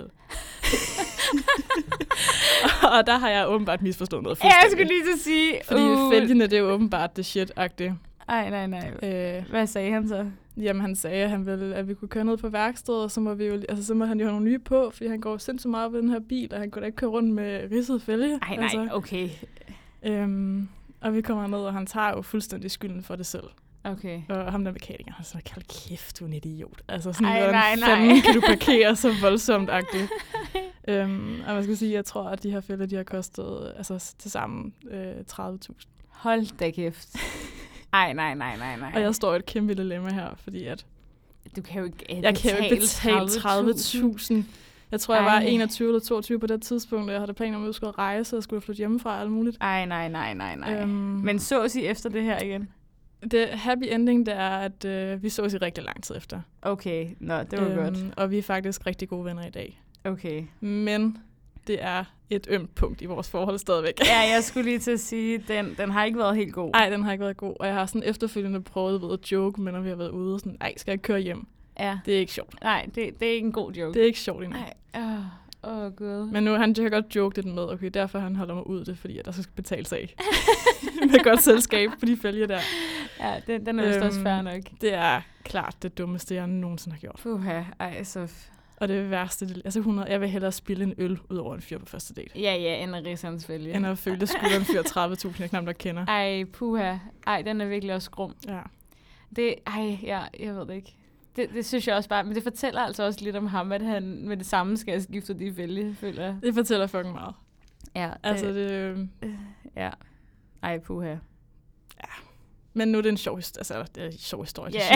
Og der har jeg åbenbart misforstået noget fuldstændig. Jeg skulle lige til at sige. Fordi fælgene, det er jo åbenbart det shit-agtige. Ej, nej. Hvad sagde han så? Jamen, han sagde, at vi kunne køre ned på værkstedet, og så må han jo have nogle nye på, fordi han går sindssygt meget ved den her bil, og han kunne da ikke køre rundt med ridset fælge. Nej, okay. Og vi kommer ned, og han tager jo fuldstændig skylden for det selv. Okay. Og ham der mekaniker, han så kald kæft, du er en idiot. Altså sådan, nej. Fanden kan du parkere så voldsomt-agtigt? Og man skal sige, jeg tror, at de her fælder, de har kostet til sammen 30.000. Hold da kæft. Nej. Og jeg står i et kæmpe dilemma her, fordi at du kan jo ikke jeg kan jo ikke betale 30.000. Jeg tror, jeg var 21 eller 22 på det tidspunkt, og jeg havde planer om, at jeg skulle rejse og skulle flytte hjemmefra og alt muligt. Nej. Men sås I efter det her igen? Det happy ending, det er, at vi sås i rigtig lang tid efter. Okay, det var godt. Og vi er faktisk rigtig gode venner i dag. Okay. Men det er et ømt punkt i vores forhold stadigvæk. Ja, jeg skulle lige til at sige, den har ikke været helt god. Nej, den har ikke været god. Og jeg har sådan efterfølgende prøvet at joke, men når vi har været ude, sådan, skal jeg køre hjem? Ja. Det er ikke sjovt. Nej, det er ikke en god joke. Det er ikke sjovt endnu. Nej. Gud. Men nu han kan godt joke det med, okay, derfor han holder mig ud det, fordi at der skal betales af. Med godt selskab på de fælge der. Ja, den er vist også fair nok. Det er klart det dummeste, jeg nogensinde har gjort. Puha, så... Og det værste, jeg vil hellere spille en øl ud over en fyr på første date. Ja, end at ridse hans fælge. End at føle, det skulle en fyr 30.000, jeg knap nok kender. Ej, puha. Ej, den er virkelig også grum. Ja. Jeg ved det ikke. Det synes jeg også bare, men det fortæller altså også lidt om ham, at han med det samme skal skifte de fælge, føler jeg. Det fortæller fucking meget. Ja. Ja. Ej, puha. Ja. Men nu er det en sjov historie. Ja.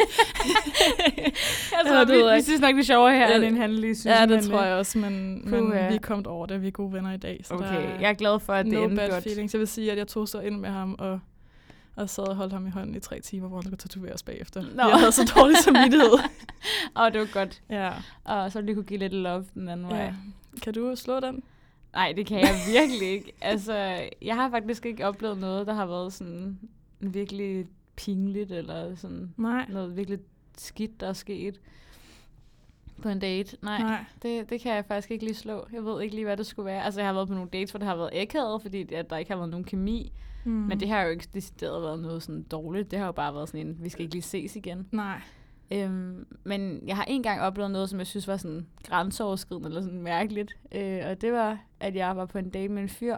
Vi synes nok, det er sjovere her, end en handelig synes. Ja, det tror jeg også, men vi er kommet over det. Vi er gode venner i dag. Så okay, jeg er glad for, at det endte godt. Feelings. Jeg vil sige, at jeg tog så ind med ham og sad og holdt ham i hånden i 3 timer, hvor han skulle tatoveres bagefter. Jeg havde så dårlig samvittighed. Det var godt. Ja. Og så lige kunne give lidt love den anden vej. Kan du slå den? Nej, det kan jeg virkelig ikke. Altså, jeg har faktisk ikke oplevet noget, der har været sådan virkelig pinligt, eller sådan noget virkelig skidt, der er sket på en date. Nej. Det kan jeg faktisk ikke lige slå. Jeg ved ikke lige, hvad det skulle være. Altså, jeg har været på nogle dates, hvor det har været akavet, fordi at der ikke har været nogen kemi. Men det har jo ikke decideret været noget sådan dårligt. Det har jo bare været sådan en, vi skal ikke lige ses igen. Nej. Men jeg har engang oplevet noget, som jeg synes var sådan grænseoverskridende eller sådan mærkeligt. Og det var, at jeg var på en date med en fyr.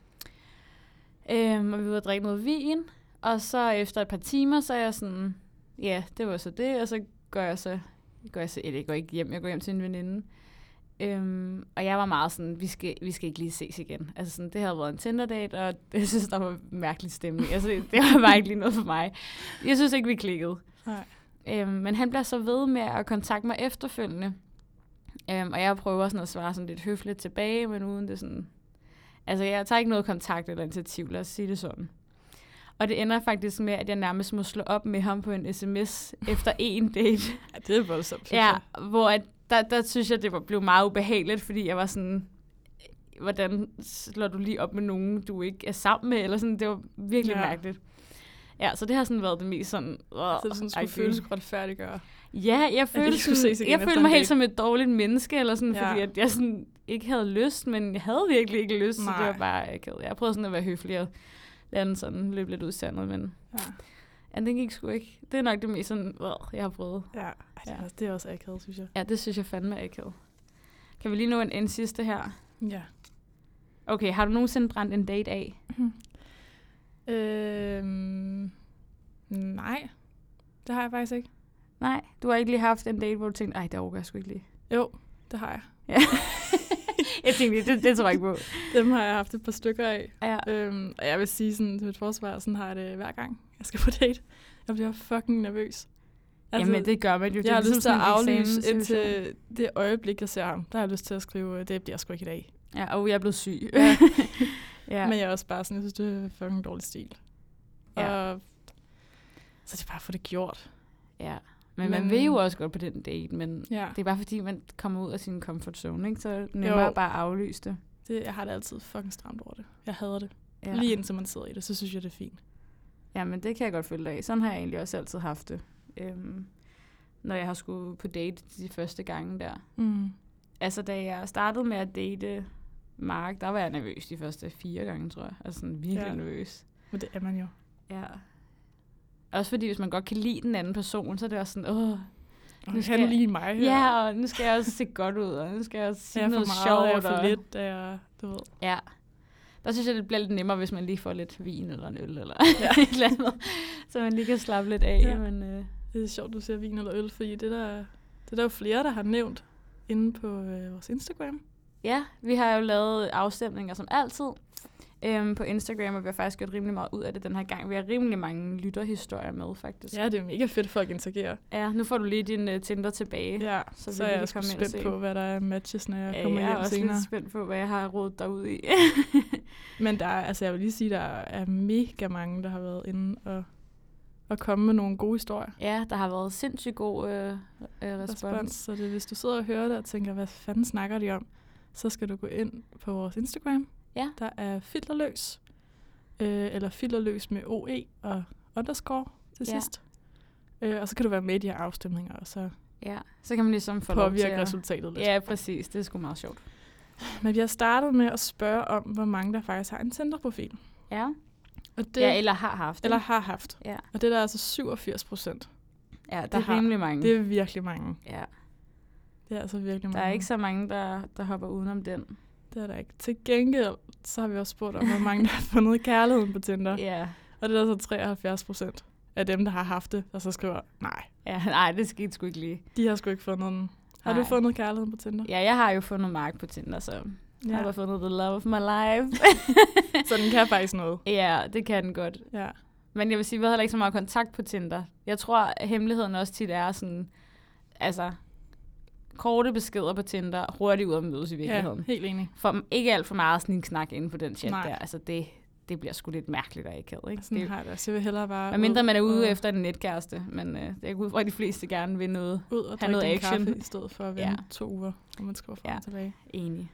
Og vi var at drikke noget vin. Og så efter et par timer, så er jeg sådan, ja, det var så det. Og så går jeg går ikke hjem, jeg går hjem til en veninde. Og jeg var meget sådan, vi skal ikke lige ses igen. Altså sådan, det havde været en Tinder-date, og jeg synes, der var mærkelig stemning. Altså, det var bare ikke lige noget for mig. Jeg synes ikke, vi klikkede. Nej. Men han bliver så ved med at kontakte mig efterfølgende. Og jeg prøver sådan at svare sådan lidt høfligt tilbage, men uden det sådan... Altså, jeg tager ikke noget kontakt eller initiativ, lad os sige det sådan. Og det ender faktisk med, at jeg nærmest må slå op med ham på en sms efter en date. Ja, det er voldsomt. Ja, hvor der synes jeg, det blev meget ubehageligt, fordi jeg var sådan... hvordan slår du lige op med nogen, du ikke er sammen med, eller sådan, det var virkelig mærkeligt. Ja, så det har sådan været det mest sådan... Så det sådan skulle føles retfærdiggøre. Ja, jeg følte mig helt som et dårligt menneske, eller sådan, fordi at jeg sådan ikke havde lyst, men jeg havde virkelig ikke lyst, så det var bare akavet. Jeg prøvede sådan at være høflig og lade den sådan løbe lidt ud i sandet, men det gik sgu ikke. Det er nok det mest sådan, jeg har prøvet. Ja, det er også akavet, synes jeg. Ja, det synes jeg fandme er akavet. Kan vi lige nå en sidste her? Ja. Okay, har du nogensinde brændt en date af? Nej, det har jeg faktisk ikke. Nej, du har ikke lige haft en date, hvor du tænkte, det overgår jeg sgu ikke lige. Jo, det har jeg. Ja. Jeg tænkte, det tror jeg ikke på. Dem har jeg haft et par stykker af. Ja. Og jeg vil sige sådan, til mit forsvar, sådan har jeg det hver gang, jeg skal på date. Jeg bliver fucking nervøs. Altså, jamen, det gør man jo. Jeg har lyst til at aflyse indtil det øjeblik, jeg ser ham. Der har jeg lyst til at skrive, det bliver sgu ikke i dag. Ja, og jeg er blevet syg. Ja. Men jeg er også bare sådan, jeg synes, det er fucking dårlig stil. Ja. Og så det er bare at få det gjort. Ja. Men man vil jo også godt på den date, men det er bare fordi, man kommer ud af sin comfort zone, ikke? Så er det nemmere bare at aflyse det. Jeg har det altid fucking stramt over det. Jeg hader det. Ja. Lige indtil man sidder i det, så synes jeg, det er fint. Ja, men det kan jeg godt følge af. Sådan har jeg egentlig også altid haft det. Når jeg har skulle på date de første gange der. Altså, da jeg startede med at date Mark, der var jeg nervøs de første 4 gange, tror jeg. Altså sådan virkelig nervøs. Men det er man jo. Ja. Også fordi, hvis man godt kan lide den anden person, så er det også sådan, nu skal du lide mig her. Ja, og nu skal jeg også se godt ud, og nu skal jeg også sige noget sjovt. Jeg for lidt, du ved. Ja. Der synes jeg, det bliver lidt nemmere, hvis man lige får lidt vin eller en øl eller et eller andet, så man lige kan slappe lidt af. Ja. Men, det er sjovt, du siger vin eller øl, fordi det er der jo flere, der har nævnt inde på vores Instagram. Ja, vi har jo lavet afstemninger som altid på Instagram, og vi har faktisk gjort rimelig meget ud af det den her gang. Vi har rimelig mange lytterhistorier med, faktisk. Ja, det er mega fedt, folk interagerer. Ja, nu får du lige din Tinder tilbage. Ja, så er jeg også spændt på, hvad der er matches, når jeg kommer hjem senere. Jeg er også lidt spændt på, hvad jeg har rodet derud i. Men der er, jeg vil lige sige, der er mega mange, der har været inde og komme med nogle gode historier. Ja, der har været sindssygt god respons. Så det, hvis du sidder og hører det og tænker, hvad fanden snakker de om, så skal du gå ind på vores Instagram. Ja. Der er filterløs, eller filterløs med OE og underscore til sidst. Og så kan du være med i de her afstemninger, og så kan man ligesom få lov til at resultatet lidt. Ja, præcis. Det er sgu meget sjovt. Men vi har startet med at spørge om, hvor mange der faktisk har en Tinder-profil. Ja. Og det, eller har haft. Eller har haft. Ja. Og det er der altså 87%. Ja, det er rimelig mange. Det er virkelig mange. Ja. Det er altså virkelig mange. Der er ikke så mange, der hopper udenom den. Det er der ikke. Til gengæld, så har vi også spurgt om, hvor mange der har fundet kærligheden på Tinder. Ja. Og det er altså 73% af dem, der har haft det, og så skriver, nej. Ja, nej, det skete sgu ikke lige. De har sgu ikke fundet den. Har du fundet kærligheden på Tinder? Ja, jeg har jo fundet Mark på Tinder, så jeg har fundet the love of my life. Så den kan faktisk noget. Ja, det kan den godt. Ja. Men jeg vil sige, vi har heller ikke så meget kontakt på Tinder. Jeg tror, at hemmeligheden også tit er sådan, altså, korte beskeder på Tinder, hurtigt ud at mødes i virkeligheden. Ja, helt enig. For ikke alt for meget sniksnak inden på den chat der. Altså, det bliver sgu lidt mærkeligt og akavet, ikke? Sådan har det. Så jeg vil hellere bare hvad mindre man er ude efter en netkæreste, men det er ud fra, at de fleste gerne vil noget. Ud og drikke en kaffe i stedet for at vente 2 uger, hvor man skal frem og tilbage. Enig.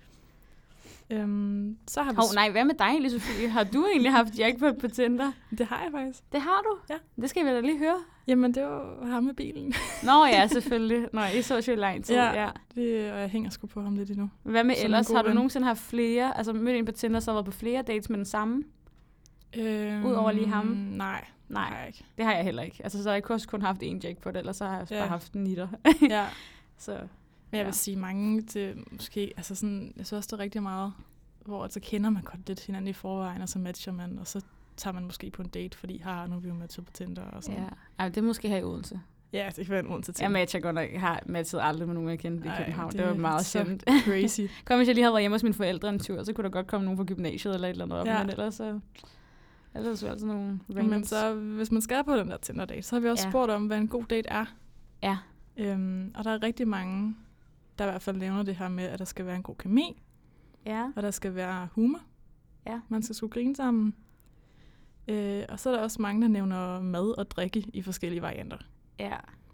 Så har vi... nej, hvad med dig egentlig, Sofie? Har du egentlig haft jackpot på Tinder? Det har jeg faktisk. Det har du? Ja. Det skal vi da lige høre. Jamen, det var ham med bilen. Nå ja, selvfølgelig. Nå, I så jo lang tid. Ja. Og jeg hænger sgu på ham lidt endnu. Hvad med ellers? Har du nogensinde haft flere, altså mødt en på Tinder, så har været på flere dates med den samme? Udover lige ham? Nej, har jeg ikke. Det har jeg heller ikke. Altså, så har jeg også kun haft én jackpot, ellers så har jeg bare haft en nitter. Ja. Så, men jeg vil sige mange til måske, altså sådan, jeg synes også, det er rigtig meget, hvor så kender man godt lidt hinanden i forvejen, og så matcher man, og så tager man måske på en date, fordi nu er vi jo matchet på Tinder og sådan. Ja, det er måske her i Odense. Ja, det kan være en Odense til. Jeg matcher godt nok, har matchet aldrig med nogen, jeg kendte i København. Det var meget sjældent. Crazy. Kom, hvis jeg lige havde været hjemme hos mine forældre en tur, så kunne der godt komme nogen fra gymnasiet eller et eller andet op, men ellers så... Ellers er det sådan nogle randoms. Men så, hvis man skal på den der Tinder-date, så har vi også spurgt om, hvad en god date er. Ja. Og der er rigtig mange, der i hvert fald nævner det her med, at der skal være en god kemi. Ja. Og der skal være humor. Ja. Man skal skulle grine sammen. Og så er der også mange, der nævner mad og drikke i forskellige varianter. Ja.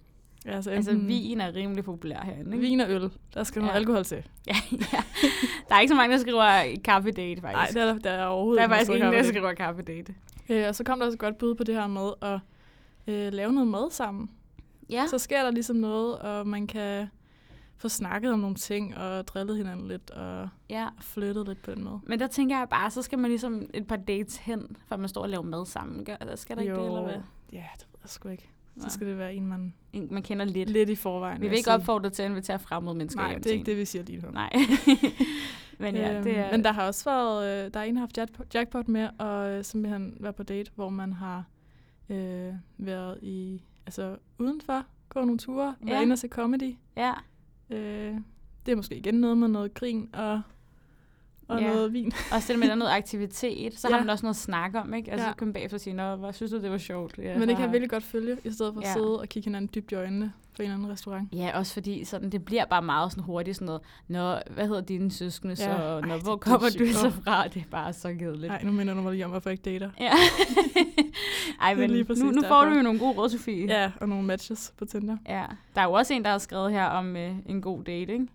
Ja, altså vin er rimelig populær herinde, ikke? Vin og øl. Der skal noget alkohol til. Ja. Der er ikke så mange, der skriver kaffe-date, faktisk. Nej, der er overhovedet ikke. Der er faktisk ingen, der skriver kaffe-date. Og så kom der også et godt bud på det her med at lave noget mad sammen. Ja. Så sker der ligesom noget, og man kan få snakket om nogle ting, og drillet hinanden lidt, og flyttet lidt på den måde. Men der tænker jeg bare, så skal man ligesom et par dates hen, for man står og laver mad sammen. Skal der ikke det, eller hvad? Ja, det ved jeg sgu ikke. Så skal det være en, man kender lidt. Lidt i forvejen. Vi vil ikke opfordre til at invitere fremmede mennesker. Nej, det er ikke det, vi siger lige nu. Nej. Men ja, det er... Men der har også været... der er en, der har haft jackpot med, og simpelthen været på date, hvor man har været i... Altså udenfor, gå nogle ture, været inde og se comedy. Ja. Det er måske igen noget med noget grin og noget vin. Og så med der noget aktivitet, så har man også noget at snakke om, ikke? Altså så kan man bagefter sige, hvad synes du, det var sjovt? Ja, men det kan jeg virkelig godt følge, i stedet for at sidde og kigge hinanden dybt i øjnene på en eller anden restaurant. Ja, også fordi sådan, det bliver bare meget sådan hurtigt sådan noget, hvad hedder dine søskende så? Hvor kommer du så fra? Det er bare så kedeligt. Nej, nu minder du mig lige om, hvorfor jeg ikke dater. Ja. Ej, men nu får du jo nogle gode råd, Sofie. Ja, og nogle matches på Tinder. Ja, der er jo også en, der har skrevet her om en god date, ikke?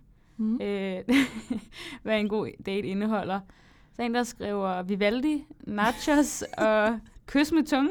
Hvad en god date indeholder. Så en, der skriver Vivaldi, nachos og kys med tungen.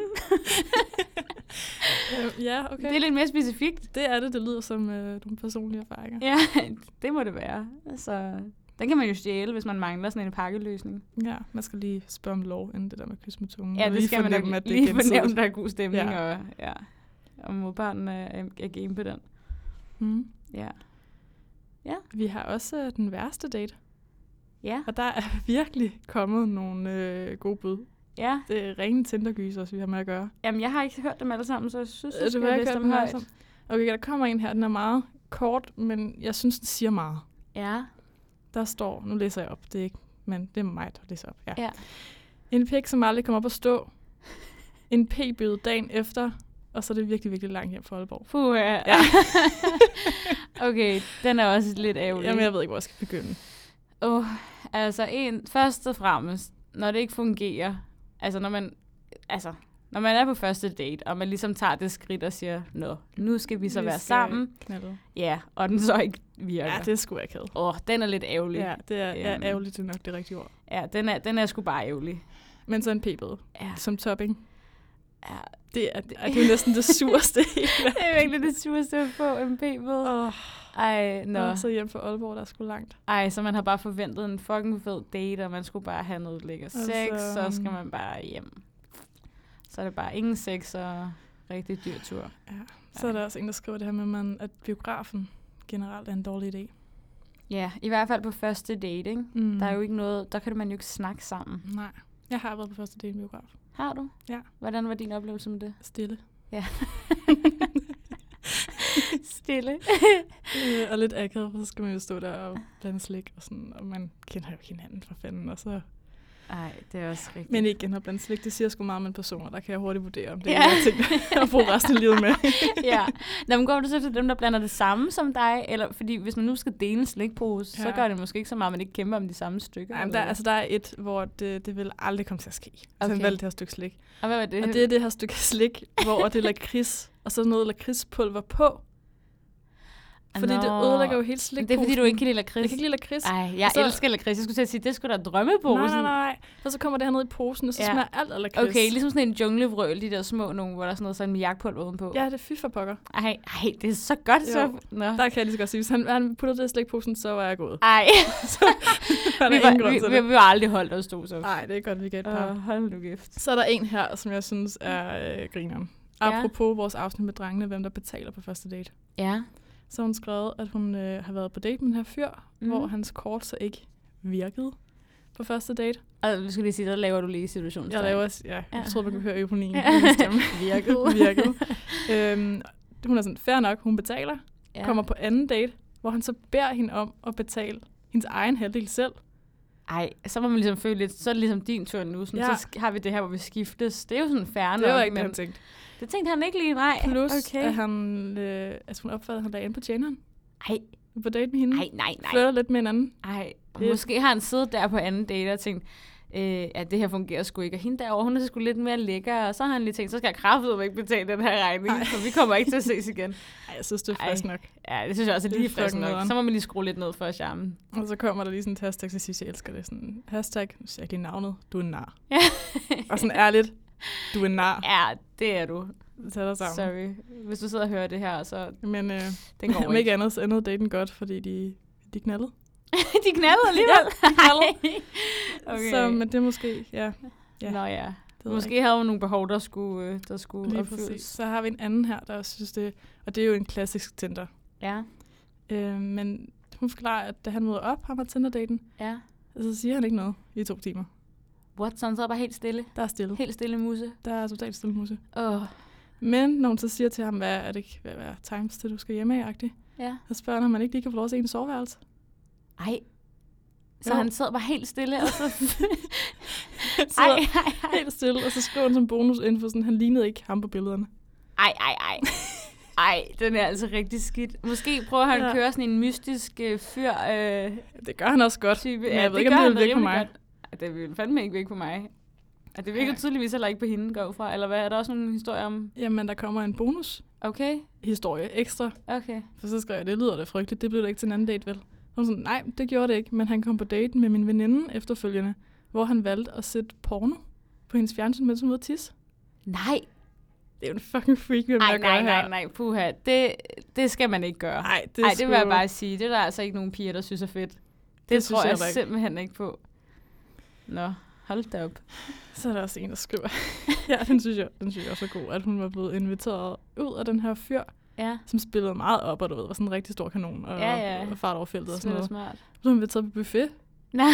Ja, okay. Det er lidt mere specifikt. Det er det. Det lyder som nogle personlige erfaringer. Ja, det må det være. Altså, den kan man jo stjæle, hvis man mangler sådan en pakkeløsning. Ja, man skal lige spørge om lov, inden det der med kys med tungen. Ja, det skal man nok lige fornemme, der er god stemning. Og modparten er game på den. Ja. Ja. Vi har også den værste date. Ja. Og der er virkelig kommet nogle gode bud. Ja. Det er rene Tinder-gys også, vi har med at gøre. Jamen, jeg har ikke hørt dem alle sammen, så jeg synes, du skal læse dem højt. Okay, der kommer en her, den er meget kort, men jeg synes, den siger meget. Ja. Der står, nu læser jeg op, det er ikke, men det er mig, der læser op. Ja. En pik, som aldrig kommer op at stå. En p-bøde dagen efter. Og så er det virkelig, virkelig langt hjem fra Aalborg. Ja. Okay, den er også lidt ærgerlig. Jamen, jeg ved ikke, hvor jeg skal begynde. Altså først og fremmest, når det ikke fungerer, altså når man er på første date, og man ligesom tager det skridt og siger, nu skal vi så være sammen. Knalde. Ja, og den så ikke virker. Ja, det skulle jeg ikke have. Den er lidt ærgerlig. Ja, det er ærgerligt, det er nok det rigtige ord. Ja, den er sgu bare ærgerlig. Men så en p-bøde som topping. Ja. Det er jo næsten det sureste. Det er virkelig det sureste at få en p-bøde. Så hjem fra Aalborg, der er sgu langt. Så man har bare forventet en fucking fed date, og man skulle bare have noget lækker sex, så skal man bare hjem. Så er det bare ingen sex og rigtig dyr tur. Ja. Så er der også en, der skriver det her med, at biografen generelt er en dårlig idé. Ja, i hvert fald på første date, ikke? Der er jo ikke noget, der kan man jo ikke snakke sammen. Nej. Jeg har været på første date i biograf. Har du? Ja. Hvordan var din oplevelse med det? Stille. Ja. Stille. Og lidt akavet, for så skal man jo stå der og blande slik, og sådan, og man kender jo hinanden for fanden, og så... Ej, det er også rigtigt. Men igen, at blande slik, det siger sgu meget med personer, der kan jeg hurtigt vurdere, om det er jeg tænker at bruge resten af livet med. Ja. Men går du så efter dem, der blander det samme som dig, eller fordi hvis man nu skal dele en slikpose, så gør det måske ikke så meget, at man ikke kæmper om de samme stykker? Nej, der er et, hvor det vil aldrig komme til at ske. Så han valgte det her stykke slik. Og hvad var det? Og det er det her stykke slik, hvor det er lakrids, og så noget lakridspulver på. Fordi det ødelægger jo helt slikposen. Det er fordi, du ikke kan lide lakrids. Jeg kan ikke lide lakrids. Ej, jeg elsker lakrids. Jeg skulle til at sige, det skulle da drømmeposen. Nej. Og så kommer det her ned i posen, og så smager alt af lakrids. Okay, ligesom sådan en junglevrøl, de der små nogle, hvor der er sådan noget sådan en jagtpulver udenpå. Ja, det er fy for pokker. Ej, det er så godt. Så. Der kan jeg lige så godt sige, hvis han puttede det i slikposen, så var jeg gået. Ej. Vi var aldrig holdt os to så. Nej, det er godt, vi kan et par. Hold nu gift. Så er der en her, som jeg synes er grineren. Apropos vores afsnit med drengene, hvem der betaler på første date. Ja. Så hun skrev, at hun har været på date med den her fyr, hvor hans kort så ikke virkede på første date. Og du skulle lige sige, der laver du lige situationen. Jeg troede, man kunne høre økonomien. Virkede. Hun er sådan, fair nok, hun betaler, kommer på anden date, hvor han så beder hende om at betale hendes egen halvdel selv. Ej, så må man ligesom føle lidt, så er det ligesom din tur nu, sådan, så har vi det her, hvor vi skiftes. Det er jo sådan fair nok. Det var ikke det, han tænkte. Det tænkte han ikke lige, nej. Plus, at hun opfattede, at han lagde ind på tjeneren. Ej. På date med hende. Nej. Flytter lidt med hinanden. Ej, måske har han siddet der på anden date og tænkt, at det her fungerer sgu ikke. Og hende derovre, hun er sgu lidt mere lækker, og så har han lige tænkt, så skal jeg kraftedeme ikke betale den her regning, for vi kommer ikke til at ses igen. Ej, jeg synes, det er frisk nok. Ja, det synes jeg også er lige frisk nok. Så må man lige skrue lidt ned for charmen. Og så kommer der lige sådan et hashtag, så siger jeg elsker det. Sådan, hashtag, nu siger jeg ikke navnet, du er en nar. Og sådan ærligt, du er en nar. Ja, det er du. Tag dig sammen. Sorry. Hvis du sidder og hører det her, så men den går ikke andet, så endte daten godt, fordi de knaldede. De knaldede alligevel? Ja, de knaldede. Okay. Så, men det er måske, ja. Nå ja. Måske havde hun nogle behov, der skulle opfyldes. Så har vi en anden her, der synes det, og det er jo en klassisk Tinder. Ja. Men hun forklarer, at da han møder op, ham og Tinder-daten, så siger han ikke noget i 2 timer. What? Så han så bare helt stille? Der er stille. Helt stille muse? Der er totalt stille muse. Men når hun så siger til ham, hvad er times til, du skal hjemme af-agtigt, så spørger han, om man ikke lige kan få lov at se en soveværelse. Ej. Så han sad bare helt stille, og så... helt stille, og så skriver han som bonusinfo, sådan, han lignede ikke ham på billederne. Ej, den er altså rigtig skidt. Måske prøver han at køre sådan en mystisk fyr... det gør han også godt, type. Men jeg ved ikke, om det vil virke på mig. Det vil fandme ikke virke på mig. Og det virker tydeligvis heller ikke på hende, går fra. Eller hvad, er der også nogle historier om? Jamen, der kommer en bonus. Okay. Historie ekstra. Okay. For så skrev jeg, det lyder da frygteligt. Det blev da ikke til en anden date, vel? Og sådan, nej, det gjorde det ikke. Men han kom på date med min veninde efterfølgende, hvor han valgte at sætte porno på hendes fjernsyn, mens hun var tisse. Nej. Det er jo en fucking freak, hvad man gør her. Nej, puha. Det skal man ikke gøre. Nej, det vil jeg bare sige. Det er der altså ikke nogen piger, der synes er fedt. Det tror jeg simpelthen ikke på. Nå, hold da op. Så er der også en, der skriver. Ja, den synes jeg også er god, at hun var blevet inviteret ud af den her fyr, som spillede meget op, og du ved, var sådan en rigtig stor kanon, og fart over feltet og sådan noget. Smart. Så hun inviteret på buffet. Nej.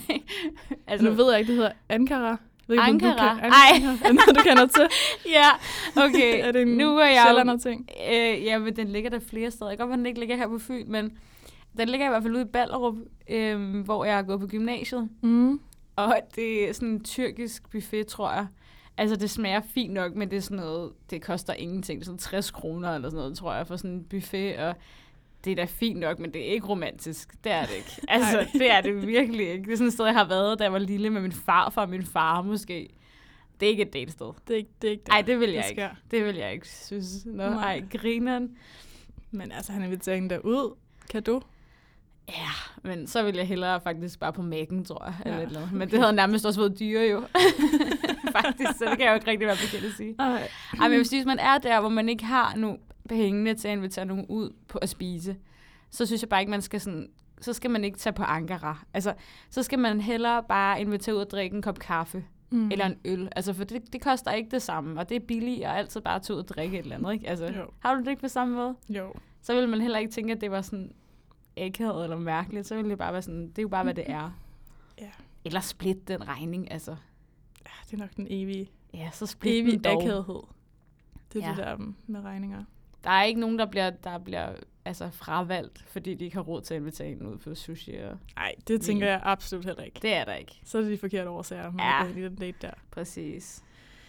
Altså, nu ved jeg ikke, det hedder Ankara. Ankara? Er noget, du kender til? Ja, okay. Er det en nu er jeg sjællander-ting? Ja, men den ligger der flere steder. Jeg kan godt, at den ikke ligger her på Fyn, men den ligger i hvert fald ude i Ballerup, hvor jeg har gået på gymnasiet. Og det er sådan en tyrkisk buffet, tror jeg. Altså, det smager fint nok, men det er sådan noget, det koster ingenting. Det er sådan 60 kroner eller sådan noget, tror jeg, for sådan en buffet. Og det er da fint nok, men det er ikke romantisk. Det er det ikke. Altså, det er det virkelig ikke. Det er sådan et sted, jeg har været, da jeg var lille med min farfar og min far måske. Det er ikke et datested. Det er ikke der. Ej, det vil jeg ikke. Det vil jeg ikke synes. Ej, grineren. Men altså, han inviterer hende derud. Kan du? Ja, men så ville jeg hellere faktisk bare på Mac'en, tror jeg. Eller et eller andet. Men det havde nærmest også været dyre jo. Faktisk, så det kan jeg jo ikke rigtig være bekendt at sige. Ej, men hvis man er der, hvor man ikke har nogen pengene til at invitere nogen ud på at spise, så synes jeg bare ikke, man skal sådan... Så skal man ikke tage på Ankara. Altså, så skal man hellere bare invitere ud og drikke en kop kaffe. Eller en øl. Altså, for det koster ikke det samme, og det er billigt, og altid bare tage ud og drikke et eller andet, ikke? Altså, har du det ikke på samme måde? Jo. Så ville man heller ikke tænke, at det var sådan akavet eller mærkeligt. Så ville det bare være sådan, det er jo bare, hvad det er. Ja. Eller split den regning, altså. Ja, det er nok den evige. Ja, så split den dog. Akavighed. Det er det der med regninger. Der er ikke nogen, der bliver altså fravalgt, fordi de ikke har råd til at invitere en ud på sushi. Nej, det tænker jeg absolut heller ikke. Det er der ikke. Så er det de forkerte årsager, man går i den date der. Præcis.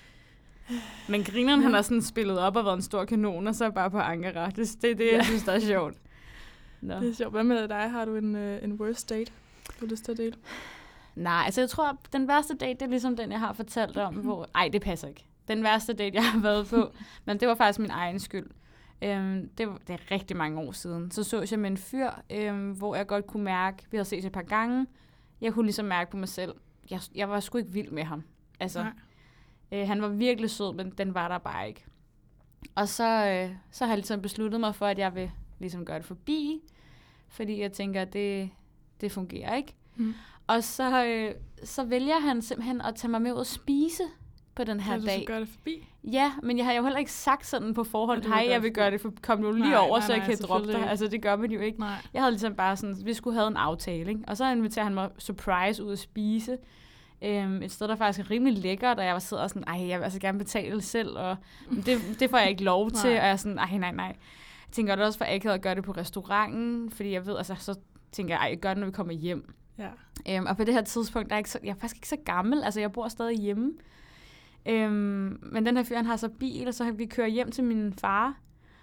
Men grineren, han har sådan spillet op og været en stor kanon, og så bare på Ankara. Det er det, jeg synes, der er sjovt. Nå. Det er sjovt. Hvad med dig? Har du en worst date, du har lyst til at dele? Nej, altså jeg tror, at den værste date, det er ligesom den, jeg har fortalt om. Hvor... Ej, det passer ikke. Den værste date, jeg har været på, men det var faktisk min egen skyld. Det er rigtig mange år siden. Så jeg med en fyr, hvor jeg godt kunne mærke, vi havde set et par gange, jeg kunne ligesom mærke på mig selv, jeg var sgu ikke vild med ham. Altså, han var virkelig sød, men den var der bare ikke. Og så har jeg ligesom besluttet mig for, at jeg vil ligesom gøre det forbi, fordi jeg tænker, at det fungerer ikke. Og så vælger han simpelthen at tage mig med ud og spise på den her dag. Så gøre det forbi? Ja, men jeg har jo heller ikke sagt sådan på forhånd, hej, jeg vil gøre det for, kom nu lige over, så jeg kan droppe dig. Altså, det gør man jo ikke. Nej. Jeg havde ligesom bare sådan, vi skulle have en aftale, ikke? Og så inviterer han mig surprise ud at spise. Et sted, der faktisk er rimelig lækkert, og jeg var sidder sådan, jeg vil altså gerne betale selv, og det får jeg ikke lov til, og jeg er sådan, nej. Jeg tænker, det er også for akavet at gøre det på restauranten, fordi jeg ved, altså, så tænker jeg gør det, når vi kommer hjem. Ja. Og på det her tidspunkt, jeg er faktisk ikke så gammel, altså jeg bor stadig hjemme. Men den her fyr, han har så bil, og så har vi kørt hjem til min far.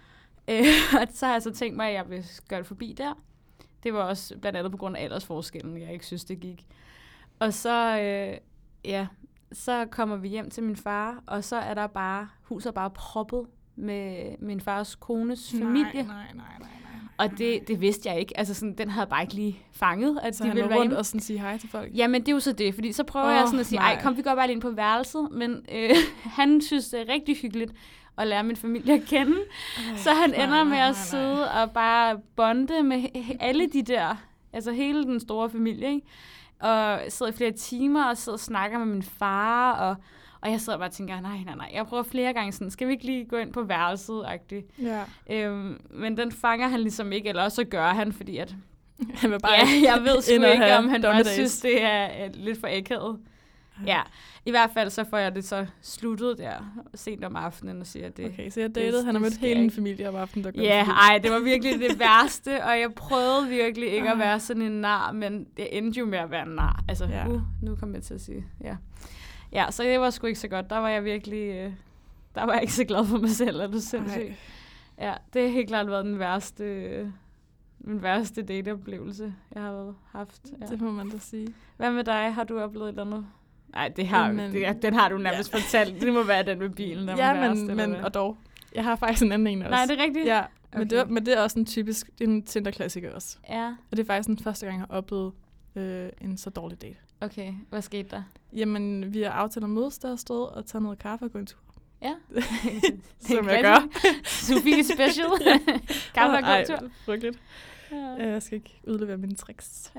Og så har jeg så tænkt mig, at jeg vil gøre det forbi der. Det var også blandt andet på grund af aldersforskellen, jeg ikke synes, det gik. Og så ja, så kommer vi hjem til min far, og så er der bare, huset er bare proppet med min fars kones familie. Nej. Og det vidste jeg ikke. Altså sådan, den havde bare ikke lige fanget, at så de ville være rundt og sådan sige hej til folk? Jamen, det er jo så det, fordi så prøver jeg sådan at sige, ej, kom, vi går bare lige ind på værelset, men han synes, det er rigtig hyggeligt at lære min familie at kende. Så han ender med at sidde og bare bonde med alle de der, altså hele den store familie, ikke? Og sidder i flere timer og sidder og snakker med min far, og jeg sidder bare og tænker, nej. Jeg prøver flere gange sådan, skal vi ikke lige gå ind på værelset-agtigt? Ja. Men den fanger han ligesom ikke, eller også så gør han, fordi at... Han vil bare jeg ved sgu ikke, om han bare synes, det er lidt for akavet. Ja, i hvert fald så får jeg det så sluttet der sent om aftenen og siger, at det... Okay, så jeg datede, han har mødt hele min familie om aftenen, der går det var virkelig det værste, og jeg prøvede virkelig ikke at være sådan en nar, men det endte jo med at være en nar. Altså, nu kom jeg til at sige, Ja, så det var sgu ikke så godt. Der var jeg virkelig... der var jeg ikke så glad for mig selv, er du sindssygt. Ja, det har helt klart været min værste dateoplevelse, jeg har haft. Ja. Det må man da sige. Hvad med dig? Har du oplevet et eller andet? Nej, den har du nærmest fortalt. Det må være den med bilen, der var værst. Men og dog. Jeg har faktisk en anden en også. Nej, det er rigtigt? Ja, men det er også en typisk, det er en Tinder-klassiker også. Ja. Og det er faktisk den første gang, jeg har oplevet en så dårlig date. Okay, hvad skete der? Jamen, vi har aftalt at mødes der sted og tage noget kaffe og gå en tur. Ja. Som jeg gør. Sofie special. Kaffe og gå en tur. Frygteligt. Ja. Jeg skal ikke udlevere mine tricks.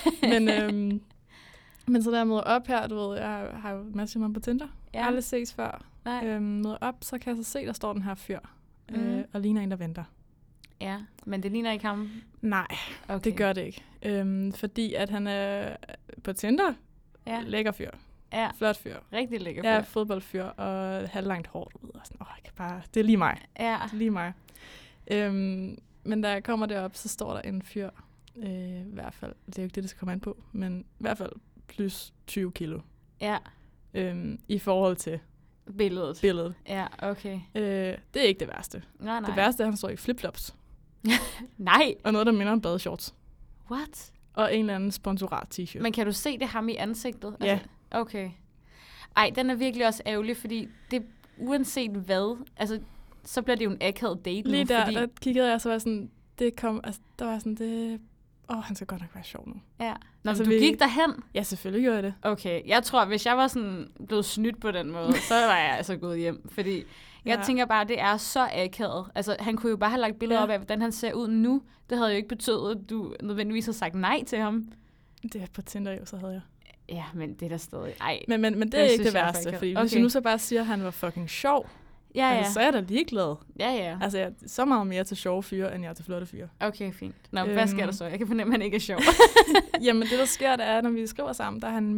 Men så da jeg møder op her, du ved, jeg har jo masser af på Tinder. Jeg har aldrig ses før. Møder op, så kan jeg så se, der står den her fyr. Og ligner en, der venter. Ja, men det ligner ikke ham? Nej, okay. Det gør det ikke. Fordi at han er på Tinder. Ja. Lækker fyr. Ja. Flot fyr. Rigtig lækker fyr. Ja, fodboldfyr og halvlangt hår. Jeg kan bare, det er lige mig. Ja. Det er lige mig. Men da jeg kommer derop, så står der en fyr. I hvert fald, det er jo ikke det skal komme an på, men i hvert fald plus 20 kilo. Ja. I forhold til billedet. Ja, okay. Det er ikke det værste. Nej. Det værste er, at han står i flipflops. Nej. Og noget, der minder om badeshorts. What? Og en eller anden sponsorat t-shirt. Men kan du se det ham i ansigtet? Ja. Altså, okay. Ej, den er virkelig også ærgerlig, fordi det uanset hvad, altså, så bliver det jo en akavet date lige nu. Der kiggede jeg, så var sådan, der var sådan, han skal godt nok være sjov nu. Ja. Nå, altså, du gik derhen? Ja, selvfølgelig gjorde jeg det. Okay, jeg tror, hvis jeg var sådan blevet snydt på den måde, så var jeg altså gået hjem, fordi jeg tænker bare, det er så akavet. Altså, han kunne jo bare have lagt billeder op af, hvordan han ser ud nu. Det havde jo ikke betydet, at du nødvendigvis har sagt nej til ham. Det er på Tinder jo, så havde jeg. Ja, men det er der stadig. Ej, men det er ikke det værste, fordi hvis jeg nu så bare siger, at han var fucking sjov, altså, så er jeg da ligeglad. Ja. Altså, jeg er så meget mere til sjove fyre, end jeg er til flotte fyre. Okay, fint. Nå, hvad sker der så? Jeg kan fornemme, at han ikke er sjov. Jamen, det der sker, det er, når vi skriver sammen, der er han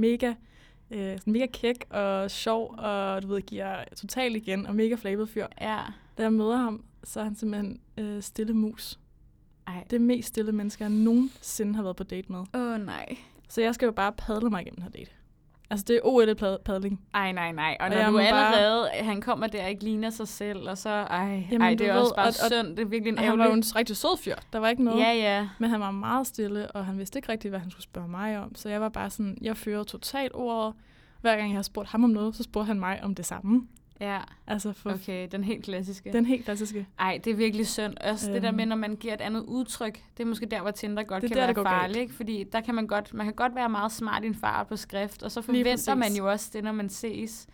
mega kæk og sjov, og du ved, giver totalt igen, og mega flabet fyr. Ja. Da jeg møder ham, så er han simpelthen stille mus. Ej. Det mest stille mennesker, jeg nogensinde har været på date med. Nej. Så jeg skal jo bare padle mig igennem den her date. Altså, det er OL-padling. Ej, nej. Og når du allerede, han kommer der og ikke ligner sig selv, og så, det er også bare synd. Det er virkelig en han var jo en rigtig sød fyr. Der var ikke noget. Ja. Men han var meget stille, og han vidste ikke rigtigt, hvad han skulle spørge mig om. Så jeg var bare sådan, jeg førte totalt ordet. Hver gang jeg har spurgt ham om noget, så spurgte han mig om det samme. Ja, altså okay, den helt klassiske. Ej, det er virkelig synd. Også det der med, når man giver et andet udtryk, det er måske der, hvor Tinder godt kan være farligt, ikke? Fordi der kan man kan godt være meget smart i en far på skrift, og så forventer man jo også det, når man ses.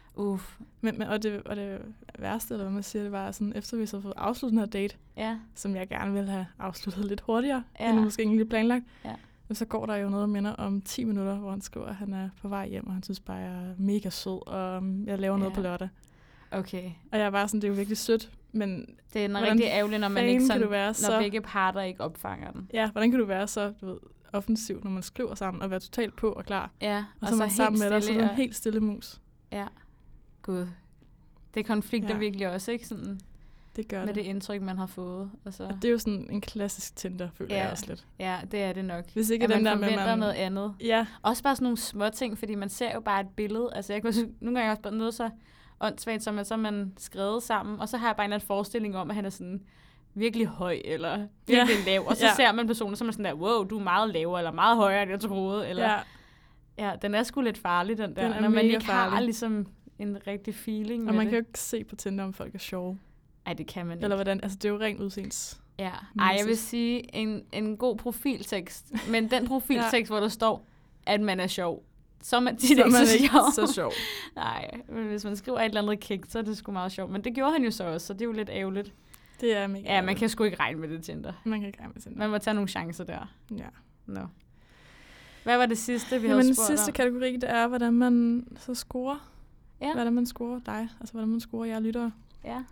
Men det værste, eller hvad man siger, det var sådan, efter vi så havde fået afsluttet den her date, som jeg gerne ville have afsluttet lidt hurtigere, end måske egentlig planlagt, så går der jo noget, der minder om 10 minutter, hvor han skriver, at han er på vej hjem, og han synes bare, at jeg er mega sød, og jeg laver noget på lørdag. Okay. Og jeg er bare sådan, det er jo virkelig sødt, men det er rigtig ærgerligt, når man ikke sådan, når begge parter ikke opfanger den. Ja, hvordan kan du være så, du ved, offensiv, når man skriver sammen, og være totalt på og klar? Ja, og så er man sammen med dig, så er en helt stille mus. Ja, gud. Det konflikter virkelig også, ikke? Sådan det gør med det indtryk, man har fået. Altså. Og det er jo sådan en klassisk Tinder, føler jeg også lidt. Ja, det er det nok. Hvis ikke at den man der forventer noget andet. Ja. Også bare sådan nogle små ting, fordi man ser jo bare et billede. Altså, jeg kan nogle gange også bare noget så åndssvagt, som så man skrevet sammen, og så har jeg bare en eller anden forestilling om, at han er sådan virkelig høj, eller virkelig lav, og så ser man personen, så er man sådan der, wow, du er meget lavere, eller meget højere, end jeg troede, eller Ja, den er sgu lidt farlig, den der. Den når man ikke farlig. har ligesom en rigtig feeling og med man det. kan jo ikke se på Tinder, om folk er sjove. Nej, det kan man ikke. Eller hvordan, altså det er jo rent udseends. Ja. Ej, jeg vil sige en god profiltekst. Men den profiltekst, hvor der står, at man er sjov, så er man tit ikke så sjov. Nej, men hvis man skriver et eller andet kægt, så er det sgu meget sjovt. Men det gjorde han jo så også, så det er jo lidt ærgerligt. Det er mega Ja, man kan sgu ikke regne med det, Tinder. Man kan ikke regne med Tinder. Man må tage nogle chancer der. Ja. No. Hvad var det sidste, vi havde spurgt om? Den sidste kategori, det er, hvordan man så scorer. Ja. Hvordan man scorer dig. Altså, hvordan man scorer jer lyttere. Ja.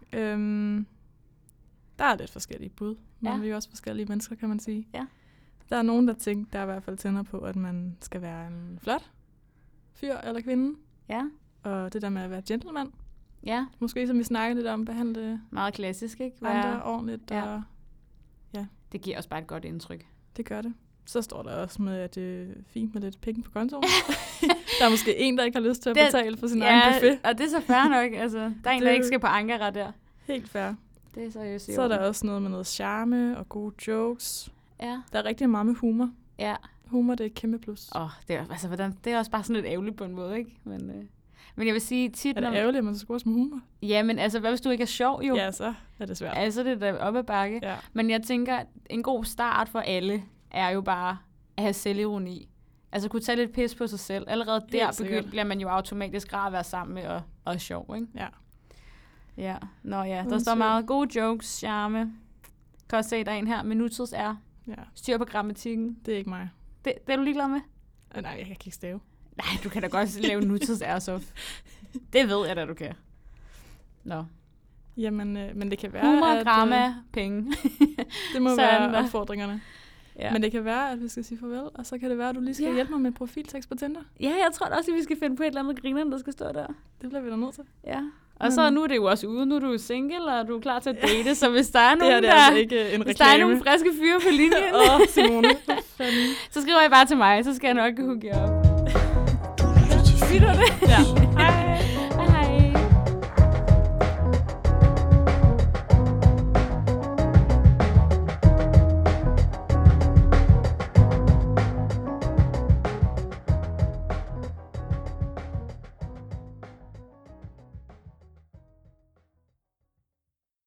Der er lidt forskellige bud. Men vi er jo også forskellige mennesker, kan man sige. Ja. Der er nogen, der tænker, der er i hvert fald tænder på, at man skal være en flot fyr eller kvinde. Ja. Og det der med at være gentleman. Ja. Måske, som vi snakkede lidt om, behandle meget klassisk, ikke? andre ordentligt. Ja. Og, ja. Det giver også bare et godt indtryk. Det gør det. Så står der også med, at det er fint med lidt penge på kontoen. Der er måske en, der ikke har lyst til at betale for sin egen buffet. Og det er så fair nok. Altså, der er en, der ikke skal på ankeret der. Helt fair. Det er seriøst. Så er der også noget med noget charme og gode jokes. Ja. Der er rigtig meget med humor. Ja. Humor, det er et kæmpe plus. Det er også bare sådan lidt ærgerligt på en måde, ikke? Men jeg vil sige tit... Er det ærgerligt, at man så scorer med humor? Ja, men altså, hvad hvis du ikke er sjov, jo? Ja, så er det svært. Altså, det er op ad bakke. Ja. Men jeg tænker, at en god start for alle er jo bare at have selvironi. Altså, kunne tage lidt pis på sig selv. Allerede der bliver man jo automatisk rar at være sammen med og sjov, ikke? Ja. Ja. Nå ja, der står meget gode jokes, charme. Kan også se, der er en her. Minutets er. Ja. Styr på grammatikken. Det er ikke mig. Det er du ligeglad med? Nej, jeg kan ikke stave. Nej, du kan da godt lave nutids airsoft. Det ved jeg da, du kan. Nå. Jamen, men det kan være, humor, drama, penge. Det må være opfordringerne. Ja. Men det kan være, at vi skal sige farvel, og så kan det være, at du lige skal hjælpe mig med profiltekst på Tinder. Ja, jeg tror også, at vi skal finde på et eller andet grineren, der skal stå der. Det bliver vi da nødt til. Ja. Og så nu er det jo også ude, nu er du single, og du er klar til at date, så hvis der er nogen, det er altså ikke en hvis der er nogle friske fyre på linjen, Simone, så skriver I bare til mig, så skal jeg nok hooke jer op. Siger du det? Ja.